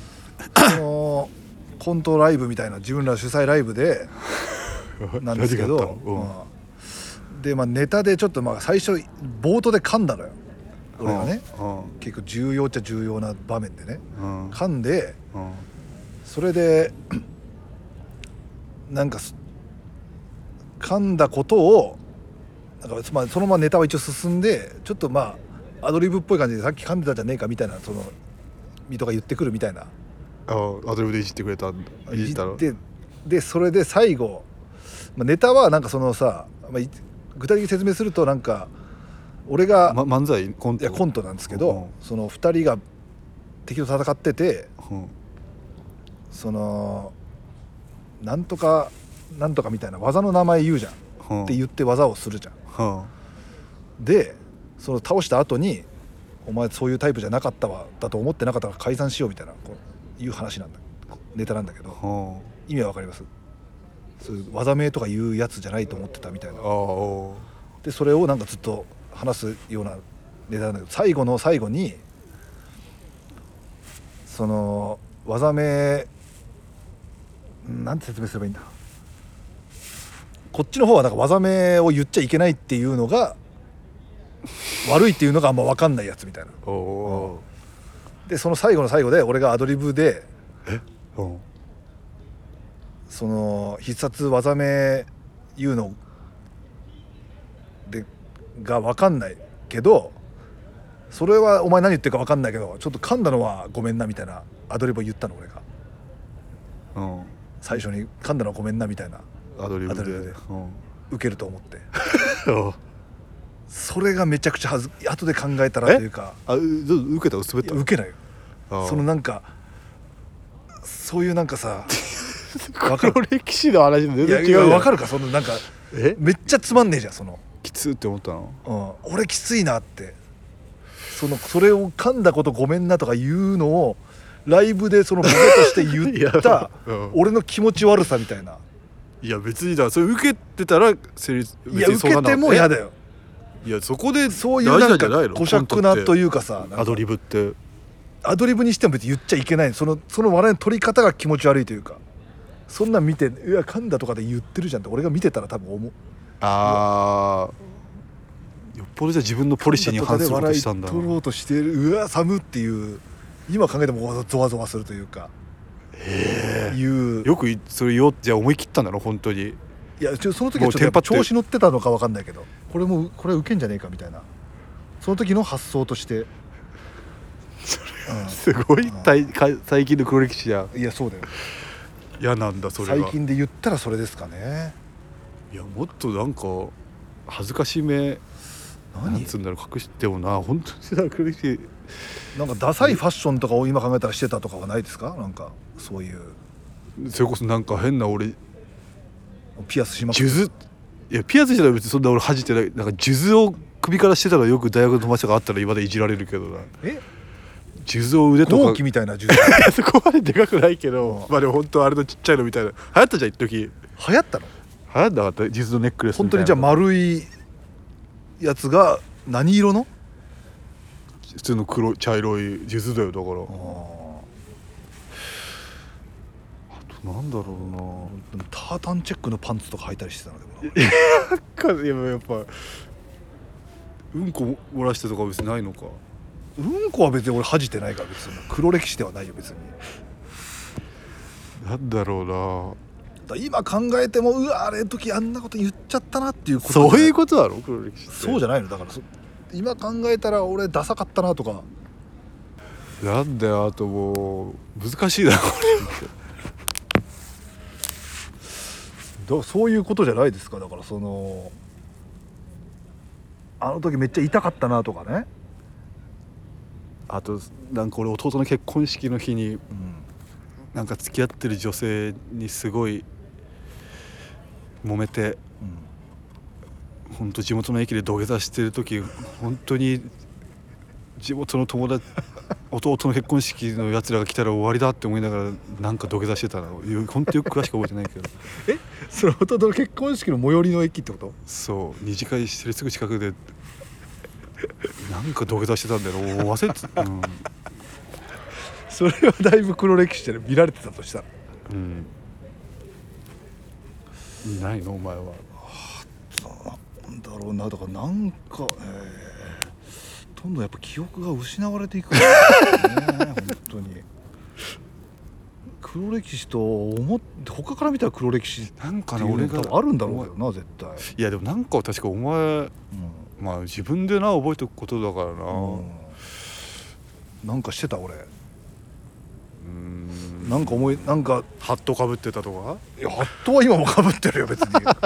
コントライブみたいな自分ら主催ライブでなんですけど、でネタでちょっと最初冒頭で噛んだのよ、俺がね。結構重要っちゃ重要な場面でね、噛んで、それでなんか噛んだことをなんか、まあ、そのままネタは一応進んでちょっとまあアドリブっぽい感じでさっき噛んでたじゃねえかみたいなその水戸が言ってくるみたいなアドリブでいじってくれた、いじったの。 でそれで最後、まあ、ネタはなんかそのさ、まあ、具体的に説明するとなんか俺が、 漫才コント。 いやコントなんですけど、その2人が敵と戦ってて、そのなんとかなんとかみたいな技の名前言うじゃん、って言って技をするじゃん、でその倒した後にお前そういうタイプじゃなかったわだと思ってなかったから解散しようみたいなこういう話なんだ、ネタなんだけど、意味はわかります？そういう技名とか言うやつじゃないと思ってたみたいな。でそれをなんかずっと話すようなネタなんだけど、最後の最後にその技名なんて説明すればいいんだ、こっちの方はなんか技名を言っちゃいけないっていうのが悪いっていうのがあんま分かんないやつみたいな。でその最後の最後で俺がアドリブでその必殺技名言うのでが分かんないけど、それはお前何言ってるか分かんないけどちょっと噛んだのはごめんなみたいなアドリブを言ったの俺が、最初に噛んだのはごめんなみたいなアドリブで受けると思ってそれがめちゃくちゃ後で考えたらというか、 受けた？滑った？ 受けないよ。そのなんかそういうなんかさ黒歴史の話全然違う。 いや分かるか、そのなんかめっちゃつまんねえじゃん、そのきつって思ったの。 俺きついなって、それを噛んだことごめんなとか言うのをライブでそのボケとして言った俺の気持ち悪さみたいな。 いや別にだ、それ受けてたら成立。 いや受けても嫌だよ。 いやそこでそういうなんか小尺なというかさ、 アドリブってアドリブにしても別に言っちゃいけない、その笑いの取り方が気持ち悪いというか、そんなん見て「うわ噛んだ」とかで言ってるじゃんって俺が見てたら多分思う。 よっぽどじゃ自分のポリシーに反することしたんだな。 取ろうとしてる、うわ寒っていう、今考えてもゾワゾワするというか。 よくそれじゃあ思い切ったんだろ本当に。 いやその時はちょっと調子乗ってたのか分かんないけど、これは受けんじゃねえかみたいな、その時の発想として。 すごい最近の黒歴史じゃん。 いやそうだよ。 嫌なんだそれが。 最近で言ったらそれですかね。 いやもっとなんか恥ずかしめなんつうんだろう、隠してもな本当に黒歴史。 なんかダサいファッションとかを今考えたらしてたとかはないですか？なんかそういうそれこそなんか変な俺ピアスしまくって、 数珠、いやピアスじゃない別にそんな俺恥じてない、なんか数珠を首からしてたらよく大学の友達とかあったら今でいじられるけどな。数珠を腕とか豪気みたいな数珠そこまででかくないけど、まあでも本当あれのちっちゃいのみたいな流行ったじゃん一時。 流行ったの？ 流行んなかった？数珠のネックレスみたいな。 本当にじゃあ丸いやつが何色の？ 普通の茶色い数珠だよ。だからあとなんだろうな、 タータンチェックのパンツとか履いたりしてたのでもやっぱうんこ漏らしてとか別にないのか。 うんこは別に俺恥じてないから別に黒歴史ではないよ別に。 なんだろうな、 今考えてもうわあれの時あんなこと言っちゃったなっていうこと。 そういうことだろ黒歴史って。 そうじゃないのだから今考えたら俺ダサかったなとか。 なんだよあともう難しいなこれそういうことじゃないですか。だからそのあの時めっちゃ痛かったなとかね。 あとなんか俺弟の結婚式の日に、なんか付き合ってる女性にすごい揉めて、本当地元の駅で土下座してる時本当に地元の友達弟の結婚式のやつらが来たら終わりだって思いながらなんか土下座してたの本当よく詳しく覚えてないけどそれ弟の結婚式の最寄りの駅ってこと？ そう二次会してるすぐ近くでなんか土下座してたんだよ忘れてた、 それはだいぶ黒歴史で見られてたとしたら、 ないのお前は。 なんだろうな、だからなんか、どんどんやっぱ記憶が失われていくんだよね本当に黒歴史と他から見たら黒歴史ってなんかねいうの俺が多分あるんだろうけどな絶対、 いやでもなんか確かお前まあ自分でな覚えておくことだからな、 なんかしてた俺、 うんなんかなんかハットかぶってたとか。 いやハットは今もかぶってるよ別にハ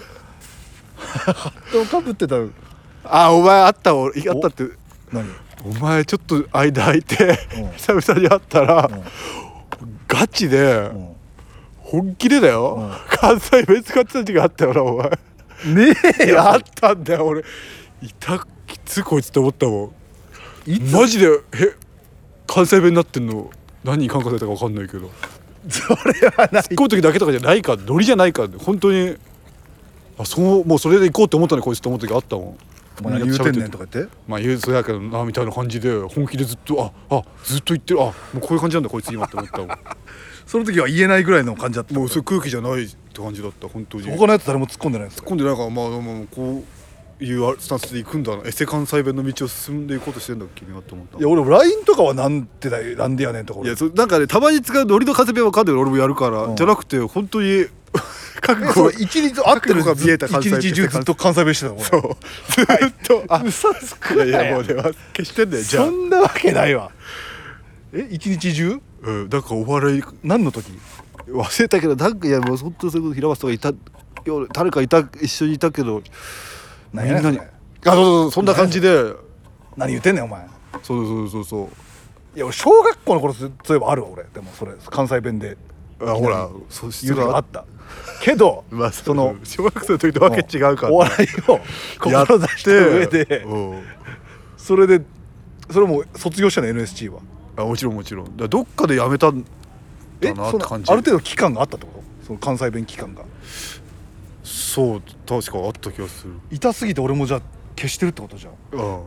ットをかぶってた。 あお前あったって何？ お前ちょっと間空いてうん久々に会ったらうんガチでうん本気でだよ、 うん関西弁使ってた時があったよなお前。 ねえよあったんだよ俺。きつこいつって思ったもん。 いつマジで関西弁になってんの何に感化されたか分かんないけど、 それはない突っ込む時だけとかじゃないからノリじゃないからね本当に。もうそれで行こうって思ったねこいつって思った時あったもん。 お前何言うてんねんとか言ってまあ言うそうやけどなみたいな感じで本気でずっとずっと言ってるもうこういう感じなんだこいつ今って思ったもん。 その時は言えないぐらいの感じだった。 もうそういう空気じゃないって感じだった本当に。 他のやつ誰も突っ込んでないんですか？ 突っ込んでないからまあこういうスタンスで行くんだなエセ関西弁の道を進んでいこうとしてんだ君はって思った。 いや俺 LINE とかはなんでやねんとか俺いやなんかねたまに使うノリの関西弁はかんで俺もやるから、 うんじゃなくて本当に覚そう悟一日会ってる覚悟が見えた関西弁一日中ずっと関西弁してたもんそうずっと嘘つくいやもうね消してんだよじゃあそんなわけないわ。一日中なんかお笑い何の時？ 忘れたけどなんかいやもう本当そういうこと平松とかいたよ誰か一緒にいたけどみんなにそうそんな感じで何言ってんねんお前。 そういや俺小学校の頃そういえばあるわ俺。でもそれ関西弁でほら素質言うのがあがったけどまあその小学生の時とわけ違うからお笑いを志した上でうんそれもう卒業したの NSC は。 もちろんだからどっかでやめたんだなって感じ。 ある程度期間があったってこと？その関西弁期間がそう確かあった気がする。 痛すぎて俺もじゃあ消してるってことじゃん。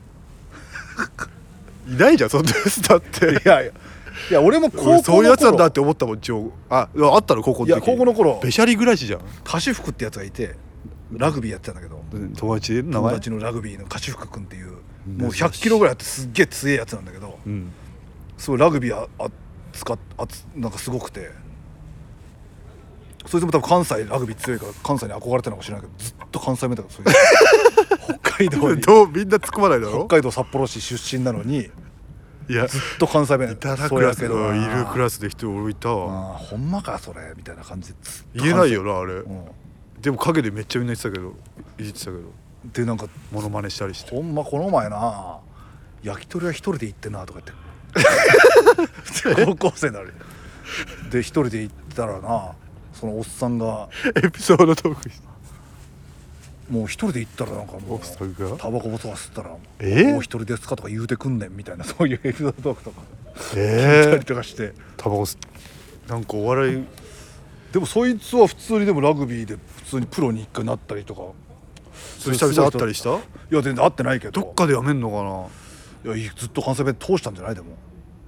いないじゃんそんなやつだっていや俺も高校の頃そういうやつなんだって思ったもんあったの高校の時。 いや高校の頃べしゃり暮らしじゃん。 歌手服ってやつがいてラグビーやってたんだけど友達名前友達のラグビーの歌手服くんっていうもう100キロぐらいあってすっげえ強いやつなんだけどうんすごいラグビーなんかすごくてそいつも多分関西ラグビー強いから関西に憧れてるのかもしれないけどずっと関西弁だからそういう北海道にみんな突っ込まないだろ。 北海道札幌市出身なのにいやずっと関西弁いたなそうクラスやけどないるクラスで人俺いたわ。 ほんまかそれみたいな感じでずっと言えないよなあれ。 うんでも陰でめっちゃみんな言ってたけどいじってたけどでなんかモノマネしたりして。 ほんまこの前な焼き鳥は一人で行ってんなとか言って高校生なのにで一人で行ったらなそのおっさんがエピソードトークしてもう一人で行ったらなんかもおっさんがうタバコボソ吸ったらえもう一人ですかとか言うてくんねんみたいなそういうエピソードトークとか聞いたりとかしてタバコ吸なんかお笑いでもそいつは普通にでもラグビーで普通にプロに一回なったりとか久々会ったりした。 いや全然会ってないけどどっかでやめんのかな。 いやずっと関西弁通したんじゃないでも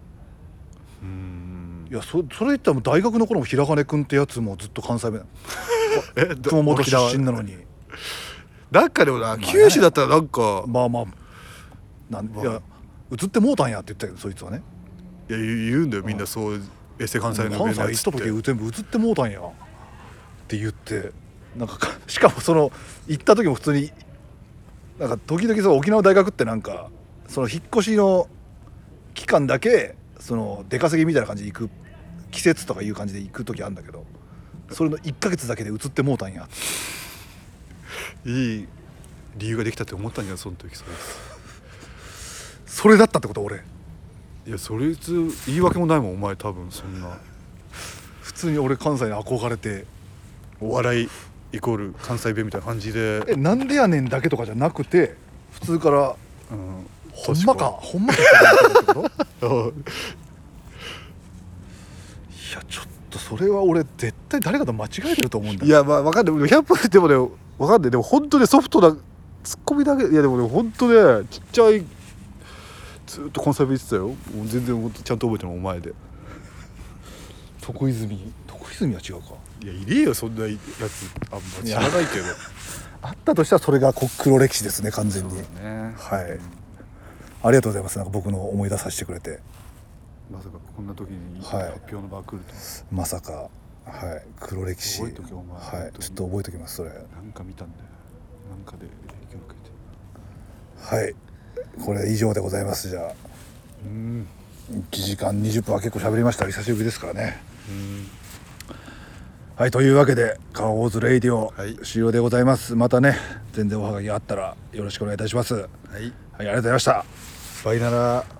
いやそれ言ったらもう大学の頃も平金君ってやつもずっと関西弁熊本出身なのになんかでもな九州だったらなんかまあいや映ってもうたんやって言ったけどそいつはねいや言うんだよみんなそうエセ関西の関西行った時全部映ってもうたんやって言ってなんかしかもその行った時も普通になんか時々その沖縄大学ってなんかその引っ越しの期間だけその出稼ぎみたいな感じで行く季節とかいう感じで行く時あるんだけどそれの1ヶ月だけで映ってもうたんやいい理由ができたって思ったんじゃないその時それだったってこと俺いやそれ言い訳もないもんお前多分そんな普通に俺関西に憧れてお笑いイコール関西弁みたいな感じでなんでやねんだけとかじゃなくて普通からほんまかってこといやちょっとそれは俺絶対誰かと間違えてると思うんだいやまあ分かんない100分でもね分かんないでも本当ねソフトなツッコミだけいやでもね本当ねちっちゃいずっと関西弁言ってたよもう全然本当ちゃんと覚えてるのお前で徳泉は違うかいやいねえよそんなやつあんま知らないけどあったとしたらそれが黒歴史ですね完全にねはいありがとうございますなんか僕の思い出させてくれてまさかこんな時にはい発表の場が来ると、 まさか、はい、黒歴史、 覚えとけお前はい本当にちょっと覚えときますそれ。 なんか見たんだよ、なんかで影響を受けて。 はいこれ以上でございます。じゃあ1時間20分は結構喋りました。久しぶりですからね。はいというわけでカーオーズレイディオはい終了でございます。またね全然おはがきがあったらよろしくお願いいたします。はい、 はいありがとうございました。 バイなら。